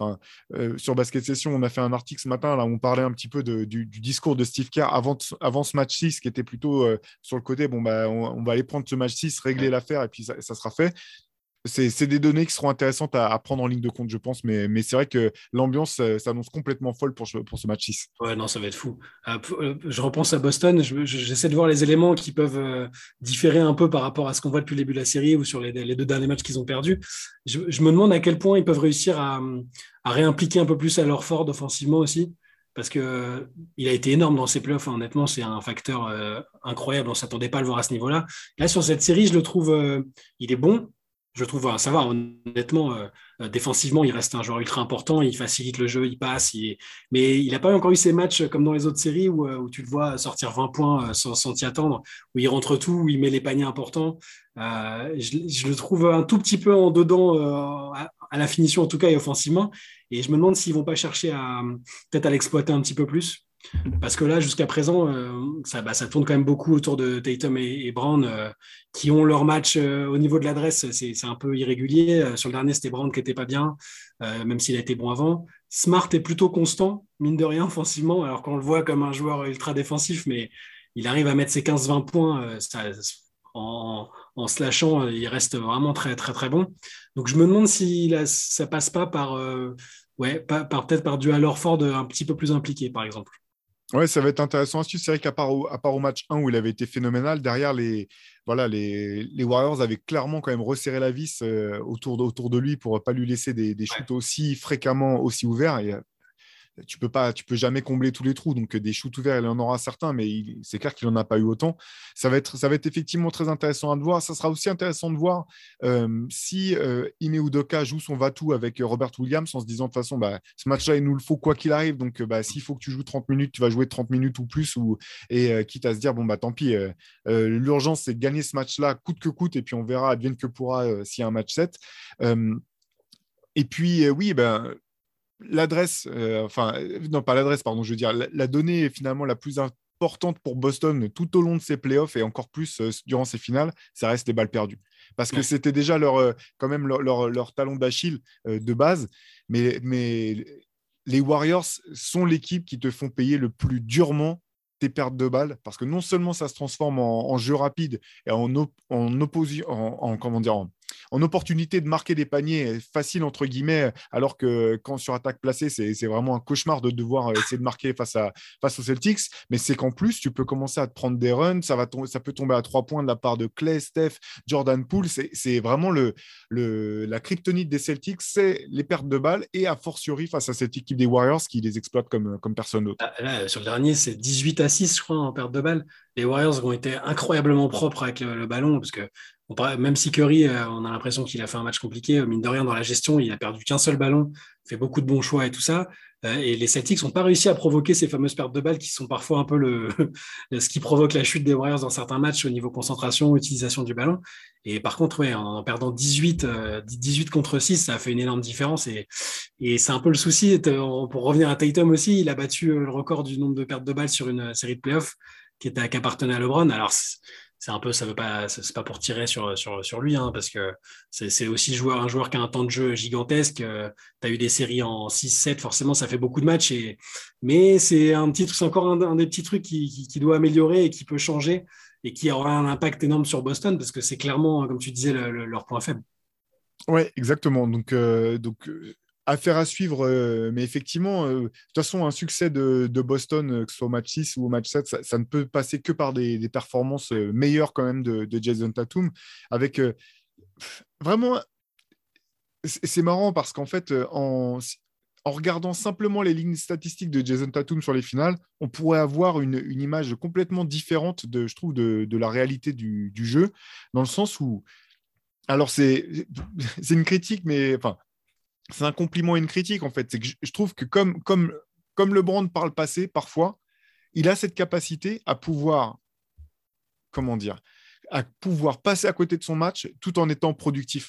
Sur Basket Session, on a fait un article ce matin là, où on parlait un petit peu du discours de Steve Kerr avant ce match 6 qui était plutôt sur le côté on va aller prendre ce match 6, régler l'affaire et puis ça sera fait. C'est des données qui seront intéressantes à prendre en ligne de compte, je pense, mais c'est vrai que l'ambiance s'annonce complètement folle pour ce match 6. Ouais, non, ça va être fou. Je repense à Boston, j'essaie de voir les éléments qui peuvent différer un peu par rapport à ce qu'on voit depuis le début de la série ou sur les 2 derniers matchs qu'ils ont perdus. Je me demande à quel point ils peuvent réussir à réimpliquer un peu plus Al Horford offensivement aussi, parce qu'il a été énorme dans ses playoffs, hein. Honnêtement, c'est un facteur incroyable, on ne s'attendait pas à le voir à ce niveau-là. Là, sur cette série, je le trouve, il est bon. Je trouve, ça va, honnêtement, défensivement, il reste un joueur ultra important, il facilite le jeu, il passe, mais il n'a pas encore eu ces matchs comme dans les autres séries où tu le vois sortir 20 points sans t'y attendre, où il rentre tout, où il met les paniers importants. Je le trouve un tout petit peu en dedans, à la finition en tout cas et offensivement, et je me demande s'ils vont pas chercher peut-être à l'exploiter un petit peu plus. Parce que là, jusqu'à présent, ça tourne quand même beaucoup autour de Tatum et Brown, qui ont leur match au niveau de l'adresse. C'est un peu irrégulier. Sur le dernier, c'était Brown qui n'était pas bien, même s'il a été bon avant. Smart est plutôt constant, mine de rien, offensivement, alors qu'on le voit comme un joueur ultra défensif, mais il arrive à mettre ses 15-20 points en slashant. Il reste vraiment très, très, très bon. Donc, je me demande si ça passe pas peut-être par du Al Horford un petit peu plus impliqué, par exemple. Ouais, ça va être intéressant à suivre. C'est vrai qu'à part au match 1 où il avait été phénoménal, derrière, les Warriors avaient clairement quand même resserré la vis autour de lui pour ne pas lui laisser des Ouais. shoots aussi fréquemment, aussi ouverts. Et tu peux jamais combler tous les trous. Donc, des shoots ouverts, il en aura certains, mais c'est clair qu'il n'en a pas eu autant. Ça va être effectivement très intéressant à voir. Ça sera aussi intéressant de voir si Ime Udoka joue son Vatou avec Robert Williams en se disant de toute façon, bah, ce match-là, il nous le faut quoi qu'il arrive. Donc, bah, s'il faut que tu joues 30 minutes, tu vas jouer 30 minutes ou plus. Et quitte à se dire, bon, bah, tant pis, l'urgence, c'est de gagner ce match-là coûte que coûte. Et puis, on verra, advienne que pourra, s'il y a un match 7. Euh, et puis, oui, ben, l'adresse, non, pas l'adresse, pardon, je veux dire, la donnée finalement la plus importante pour Boston tout au long de ses playoffs et encore plus durant ses finales, ça reste les balles perdues. Parce que Ouais. c'était déjà quand même leur talon d'Achille de base, mais les Warriors sont l'équipe qui te font payer le plus durement tes pertes de balles, parce que non seulement ça se transforme en jeu rapide et comment dire, en opportunité de marquer des paniers faciles, entre guillemets, alors que quand sur attaque placée, c'est vraiment un cauchemar de devoir essayer de marquer face aux Celtics. Mais c'est qu'en plus, tu peux commencer à te prendre des runs, ça peut tomber à 3 points de la part de Clay, Steph, Jordan Poole. C'est vraiment la kryptonite des Celtics, c'est les pertes de balles et a fortiori face à cette équipe des Warriors qui les exploite comme personne d'autre. Là, sur le dernier, c'est 18-6, je crois, en perte de balle. Les Warriors ont été incroyablement propres avec le ballon, parce que même si Curry, on a l'impression qu'il a fait un match compliqué, mine de rien, dans la gestion, il a perdu qu'un seul ballon, fait beaucoup de bons choix et tout ça. Et les Celtics n'ont pas réussi à provoquer ces fameuses pertes de balles qui sont parfois un peu ce qui provoque la chute des Warriors dans certains matchs au niveau concentration, utilisation du ballon. Et par contre, ouais, en perdant 18 contre 6, ça a fait une énorme différence. Et c'est un peu le souci. Pour revenir à Tatum aussi, il a battu le record du nombre de pertes de balles sur une série de playoffs qui appartenait à LeBron. Alors, c'est un peu, ça veut pas, c'est pas pour tirer sur lui, hein, parce que c'est aussi un joueur qui a un temps de jeu gigantesque. Tu as eu des séries en 6-7, forcément, ça fait beaucoup de matchs. Mais c'est encore un des petits trucs qui doit améliorer et qui peut changer et qui aura un impact énorme sur Boston, parce que c'est clairement, comme tu disais, leur point faible. Ouais, exactement. Donc, affaire à suivre. Mais effectivement, de toute façon, un succès de Boston, que ce soit au match 6 ou au match 7, ça ne peut passer que par des performances meilleures quand même de Jason Tatum. Avec vraiment, c'est marrant parce qu'en fait, en regardant simplement les lignes statistiques de Jason Tatum sur les finales, on pourrait avoir une image complètement différente, je trouve, de la réalité du jeu, dans le sens où alors, c'est une critique, mais enfin, c'est un compliment et une critique, en fait. C'est que je trouve que comme LeBron par le passé, parfois, il a cette capacité à pouvoir, comment dire, à pouvoir passer à côté de son match tout en étant productif.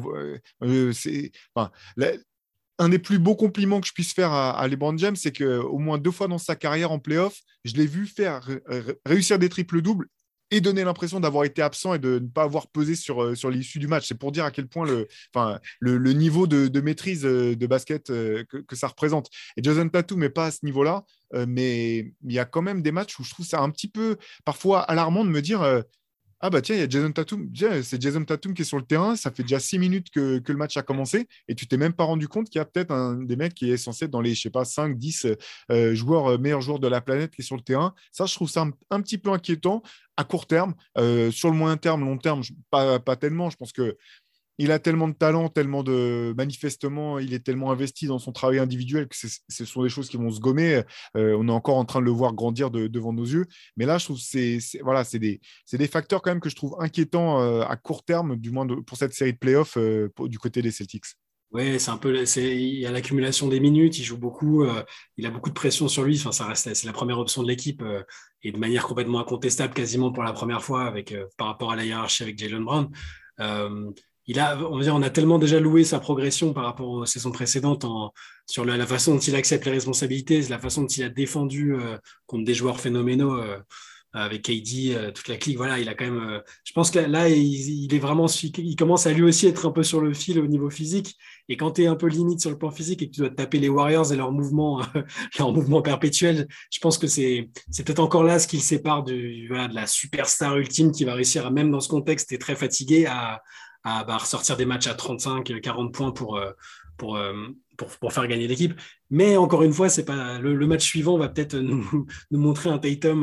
Enfin, un des plus beaux compliments que je puisse faire à LeBron James, c'est qu'au moins 2 fois dans sa carrière en playoff, je l'ai vu réussir des triples-doubles et donner l'impression d'avoir été absent et de ne pas avoir pesé sur l'issue du match. C'est pour dire à quel point le niveau de maîtrise de basket que ça représente. Et Jason Tatum n'est pas à ce niveau-là, mais il y a quand même des matchs où je trouve ça un petit peu parfois alarmant de me dire ah bah tiens, il y a Jason Tatum. Tiens, c'est Jason Tatum qui est sur le terrain. Ça fait déjà 6 minutes que le match a commencé et tu t'es même pas rendu compte qu'il y a peut-être un des mecs qui est censé être dans les, je sais pas, 5, 10 meilleurs joueurs de la planète qui est sur le terrain. Ça, je trouve ça un petit peu inquiétant à court terme. Sur le moyen terme, long terme, pas tellement. Je pense que il a tellement de talent, tellement de manifestement, il est tellement investi dans son travail individuel que ce sont des choses qui vont se gommer. On est encore en train de le voir grandir devant nos yeux. Mais là, je trouve que voilà, c'est des facteurs quand même que je trouve inquiétants à court terme, du moins pour cette série de playoffs du côté des Celtics. Ouais, c'est un peu, il y a l'accumulation des minutes, il joue beaucoup, il a beaucoup de pression sur lui. Enfin, ça reste, c'est la première option de l'équipe et de manière complètement incontestable, quasiment pour la première fois avec par rapport à la hiérarchie avec Jalen Brown. Euh, on va dire, on a tellement déjà loué sa progression par rapport aux saisons précédentes sur la façon dont il accepte les responsabilités, la façon dont il a défendu contre des joueurs phénoménaux. Avec KD, toute la clique, voilà, il a quand même. Je pense que là, il est vraiment, il commence à lui aussi être un peu sur le fil au niveau physique. Et quand tu es un peu limite sur le plan physique et que tu dois te taper les Warriors et leurs mouvements, leur mouvement perpétuel, je pense que c'est peut-être encore là ce qui le sépare voilà, de la superstar ultime qui va réussir, même dans ce contexte, est très fatigué, à ressortir des matchs à 35, 40 points pour, euh, pour faire gagner l'équipe. Mais encore une fois, c'est pas le match suivant va peut-être nous montrer un Tatum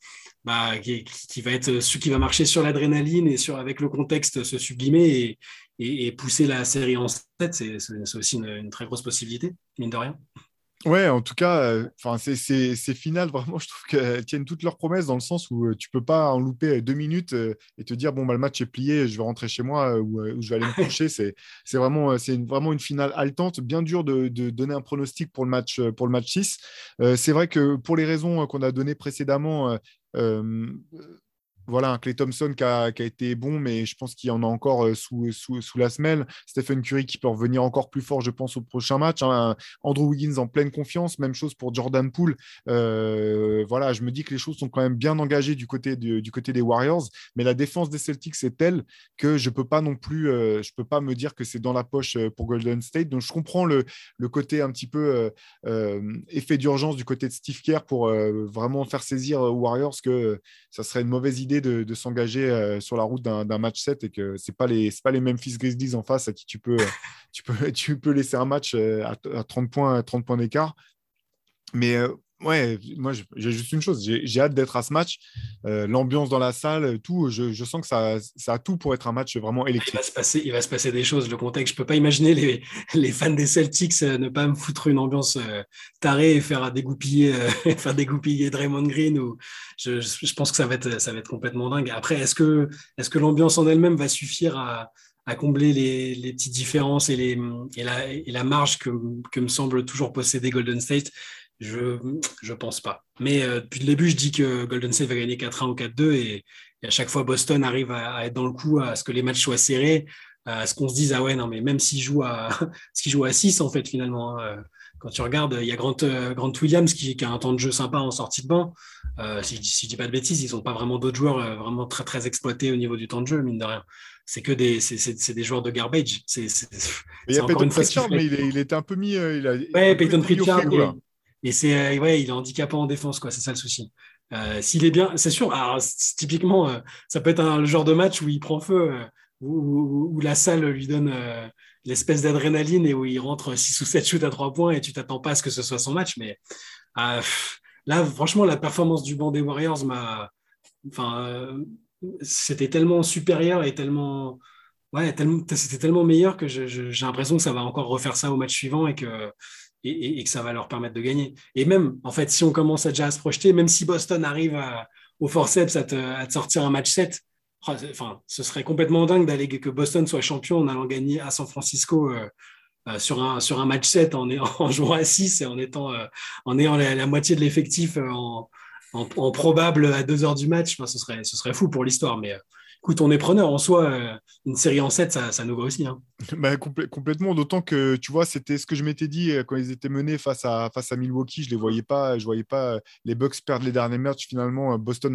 qui va être qui va marcher sur l'adrénaline et avec le contexte se sublimer et pousser la série en 7, c'est aussi une très grosse possibilité, mine de rien. Ouais, en tout cas, enfin, ces finales, vraiment, je trouve qu'elles tiennent toutes leurs promesses dans le sens où tu peux pas en louper 2 minutes et te dire, bon, bah, le match est plié, je vais rentrer chez moi ou je vais aller me coucher. Vraiment une finale haletante, bien dur de donner un pronostic pour le match 6. C'est vrai que pour les raisons qu'on a données précédemment, euh, voilà, un Klay Thompson qui a été bon, mais je pense qu'il y en a encore sous la semelle. Stephen Curry qui peut revenir encore plus fort, je pense, au prochain match, hein. Andrew Wiggins en pleine confiance. Même chose pour Jordan Poole. Voilà, je me dis que les choses sont quand même bien engagées du côté des Warriors, mais la défense des Celtics est telle que je peux pas non plus, je peux pas me dire que c'est dans la poche pour Golden State. Donc je comprends le côté un petit peu effet d'urgence du côté de Steve Kerr pour vraiment faire saisir aux Warriors que ça serait une mauvaise idée de s'engager sur la route d'un match 7 et que c'est pas les Memphis Grizzlies en face à qui tu peux laisser un match à 30 points d'écart. Mais ouais, moi, j'ai juste une chose. J'ai hâte d'être à ce match. L'ambiance dans la salle, tout. Je sens que ça a tout pour être un match vraiment électrique. Il va se passer des choses. Le contexte, je peux pas imaginer les fans des Celtics ne pas me foutre une ambiance tarée et faire dégoupiller, faire dégoupiller Draymond Green. Je pense que ça va être complètement dingue. Après, est-ce que l'ambiance en elle-même va suffire à combler les petites différences et la marge que me semble toujours posséder Golden State? Je pense pas. Mais depuis le début, je dis que Golden State va gagner 4-1 ou 4-2 et à chaque fois, Boston arrive à être dans le coup, à ce que les matchs soient serrés, à ce qu'on se dise, ah ouais, non, mais même s'ils jouent s'ils jouent à 6, en fait, finalement, hein, quand tu regardes, il y a Grant Williams qui a un temps de jeu sympa en sortie de banc. Si je dis pas de bêtises, ils n'ont pas vraiment d'autres joueurs vraiment très, très exploités au niveau du temps de jeu, mine de rien. C'est des joueurs de garbage. Il y C'est a encore Peyton une fois ce qu'il Pritchard, fait. mais il était un peu mis, il a Ouais, un peu Peyton été mis au Pritchard, frigo là. et c'est ouais, il est handicapant en défense, quoi. C'est ça le souci. S'il est bien, c'est sûr. Alors, typiquement, ça peut être le genre de match où il prend feu, où la salle lui donne l'espèce d'adrénaline et où il rentre 6 ou 7 shoots à 3 points et tu t'attends pas à ce que ce soit son match. Mais là, franchement, la performance du banc des Warriors enfin, c'était tellement supérieur et tellement, ouais, c'était tellement meilleur que j'ai l'impression que ça va encore refaire ça au match suivant et que ça va leur permettre de gagner. Et même, en fait, si on commence à déjà à se projeter, même si Boston arrive au forceps à te sortir un match 7, enfin, ce serait complètement dingue d'aller que Boston soit champion en allant gagner à San Francisco sur un match 7 en jouant à 6 et en ayant la moitié de l'effectif en probable à 2 heures du match. Enfin, ce serait fou pour l'histoire. Mais écoute, on est preneur en soi. Une série en 7, ça nous va aussi. Hein. Bah, complètement, d'autant que tu vois, c'était ce que je m'étais dit quand ils étaient menés face à Milwaukee. Je voyais pas les Bucks perdre les derniers matchs. Finalement, Boston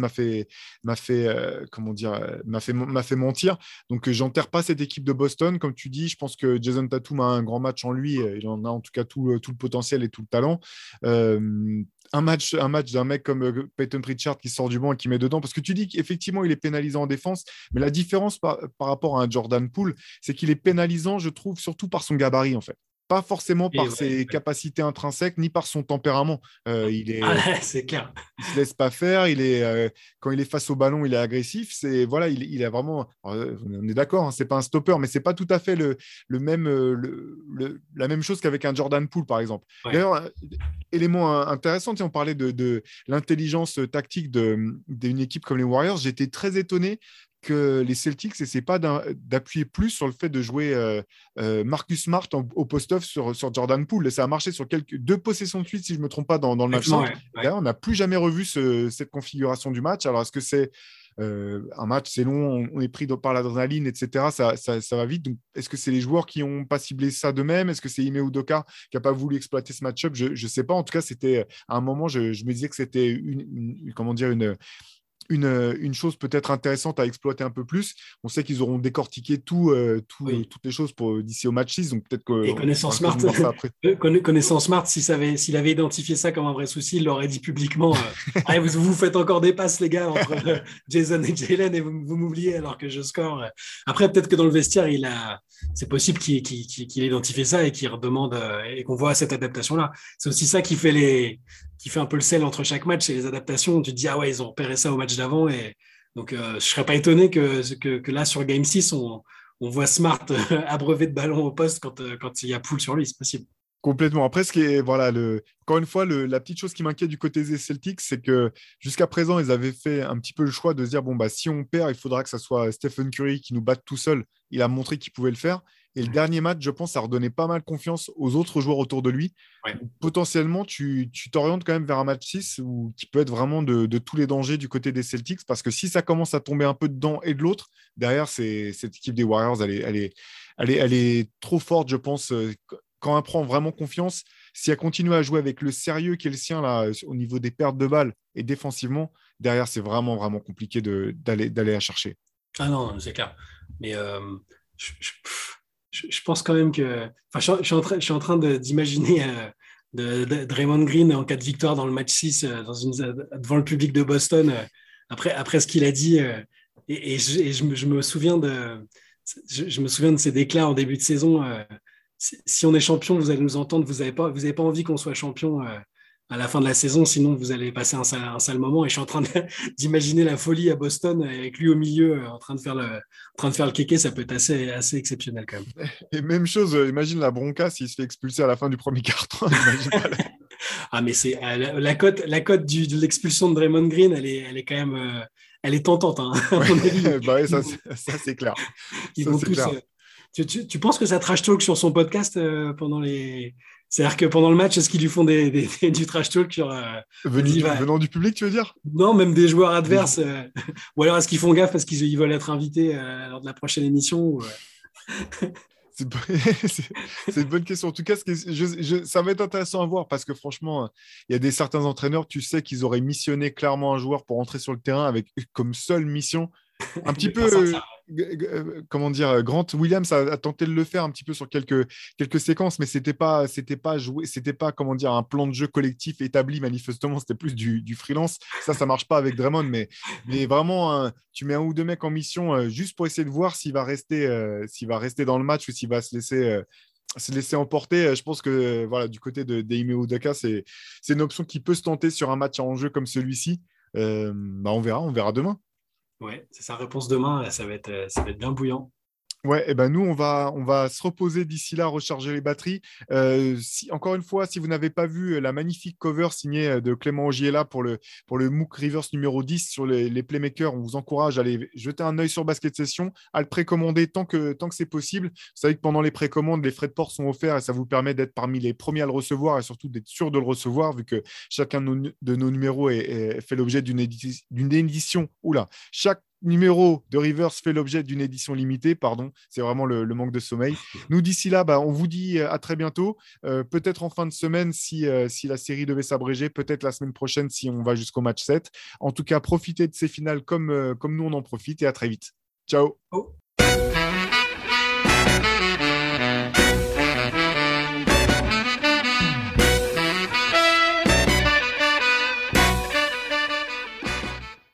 comment dire, m'a fait mentir. Donc, j'enterre pas cette équipe de Boston. Comme tu dis, je pense que Jason Tatum a un grand match en lui. Il en a en tout cas tout le potentiel et tout le talent. Euh, un match d'un mec comme Peyton Pritchard qui sort du banc et qui met dedans, parce que tu dis qu'effectivement, il est pénalisé en défense, mais la différence par rapport à un Jordan Poole, c'est qu'il est pénalisant, je trouve, surtout par son gabarit, en fait. pas forcément Et par ses capacités intrinsèques ni par son tempérament. C'est clair. Il se laisse pas faire. Quand il est face au ballon, il est agressif. Il a vraiment. On est d'accord, hein, c'est pas un stopper, mais c'est pas tout à fait la même chose qu'avec un Jordan Poole, par exemple. Ouais. D'ailleurs, élément intéressant, on parlait de l'intelligence tactique d'une équipe comme les Warriors. J'étais très étonné que les Celtics n'essaient pas d'appuyer plus sur le fait de jouer Marcus Smart au post-off sur Jordan Poole. Ça a marché sur 2 possessions de suite, si je ne me trompe pas, dans le match 5. Ouais. Là, on n'a plus jamais revu cette configuration du match. Alors, est-ce que c'est un match, c'est long, on est pris par l'adrénaline, etc. Ça va vite. Donc, est-ce que c'est les joueurs qui n'ont pas ciblé ça d'eux-mêmes? Est-ce que c'est Ime Udoka qui n'a pas voulu exploiter ce match-up? Je ne sais pas. En tout cas, c'était à un moment, je me disais que c'était une chose peut-être intéressante à exploiter un peu plus. On sait qu'ils auront décortiqué toutes les choses d'ici au match 6, donc peut-être Et connaissant Smart, s'il avait identifié ça comme un vrai souci, il l'aurait dit publiquement. Vous faites encore des passes, les gars, entre Jason et Jalen, et vous m'oubliez alors que je score. Après, peut-être que dans le vestiaire, c'est possible qu'il ait identifié ça et qu'il redemande et qu'on voit cette adaptation-là. C'est aussi ça qui fait un peu le sel entre chaque match et les adaptations. Tu te dis, ils ont repéré ça au match d'avant. Et donc, je ne serais pas étonné que là, sur Game 6, on voit Smart abreuvé de ballons au poste quand il y a Poole sur lui. C'est possible. Complètement. Après, encore une fois, la petite chose qui m'inquiète du côté des Celtics, c'est que jusqu'à présent, ils avaient fait un petit peu le choix de se dire, si on perd, il faudra que ça soit Stephen Curry qui nous batte tout seul. Il a montré qu'il pouvait le faire. Et le dernier match, je pense, ça redonnait pas mal confiance aux autres joueurs autour de lui. Ouais. Potentiellement, tu t'orientes quand même vers un match 6 qui peut être vraiment de tous les dangers du côté des Celtics. Parce que si ça commence à tomber un peu dedans et de l'autre, derrière, cette équipe des Warriors, elle est trop forte, je pense. Quand elle prend vraiment confiance, si elle continue à jouer avec le sérieux qui est le sien là, au niveau des pertes de balles et défensivement, derrière, c'est vraiment, vraiment compliqué d'aller la chercher. Ah non, c'est clair. Mais je pense quand même que. Enfin, je suis en train d'imaginer Draymond Green en cas de victoire dans le match 6 devant le public de Boston après ce qu'il a dit. Je me souviens je me souviens de ses déclats en début de saison. Si on est champion, vous allez nous entendre. Vous n'avez pas envie qu'on soit champion à la fin de la saison, sinon vous allez passer un sale moment. Et je suis en train d'imaginer la folie à Boston avec lui au milieu en train de faire le kéké. Ça peut être assez exceptionnel quand même. Et même chose, imagine la bronca s'il se fait expulser à la fin du premier quart-temps. Mais c'est la cote de l'expulsion de Draymond Green, elle est quand même elle est tentante. Hein, à mon avis. Ça c'est clair. Tu penses que ça trash talk sur son podcast pendant les. C'est-à-dire que pendant le match, est-ce qu'ils lui font du trash talk sur. Venant du public, tu veux dire? Non, même des joueurs adverses. Ou alors est-ce qu'ils font gaffe parce qu'ils veulent être invités lors de la prochaine émission C'est une bonne question. En tout cas, ça va être intéressant à voir parce que franchement, il y a certains entraîneurs, tu sais, qu'ils auraient missionné clairement un joueur pour entrer sur le terrain avec comme seule mission. Un petit peu, comment dire, Grant Williams a tenté de le faire un petit peu sur quelques séquences, mais c'était pas joué, c'était pas, comment dire, un plan de jeu collectif établi manifestement, c'était plus du freelance. Ça marche pas avec Draymond, mais vraiment, tu mets un ou deux mecs en mission juste pour essayer de voir s'il va rester dans le match ou s'il va se laisser emporter. Je pense que du côté d'Ime Udoka, c'est une option qui peut se tenter sur un match en jeu comme celui-ci. On verra demain. Ouais, c'est sa réponse demain, ça va être bien bouillant. Ouais, et nous, on va se reposer d'ici là, recharger les batteries. Encore une fois, si vous n'avez pas vu la magnifique cover signée de Clément Ogiela pour le MOOC Rivers numéro 10 sur les playmakers, on vous encourage à aller jeter un œil sur Basket Session, à le précommander tant que c'est possible. Vous savez que pendant les précommandes, les frais de port sont offerts et ça vous permet d'être parmi les premiers à le recevoir et surtout d'être sûr de le recevoir vu que chacun de nos numéros fait l'objet d'une édition. Chaque numéro de Rivers fait l'objet d'une édition limitée, pardon, c'est vraiment le manque de sommeil. Nous, d'ici là, on vous dit à très bientôt, peut-être en fin de semaine si la série devait s'abréger, peut-être la semaine prochaine si on va jusqu'au match 7. En tout cas, profitez de ces finales comme nous on en profite et à très vite. Ciao. Oh.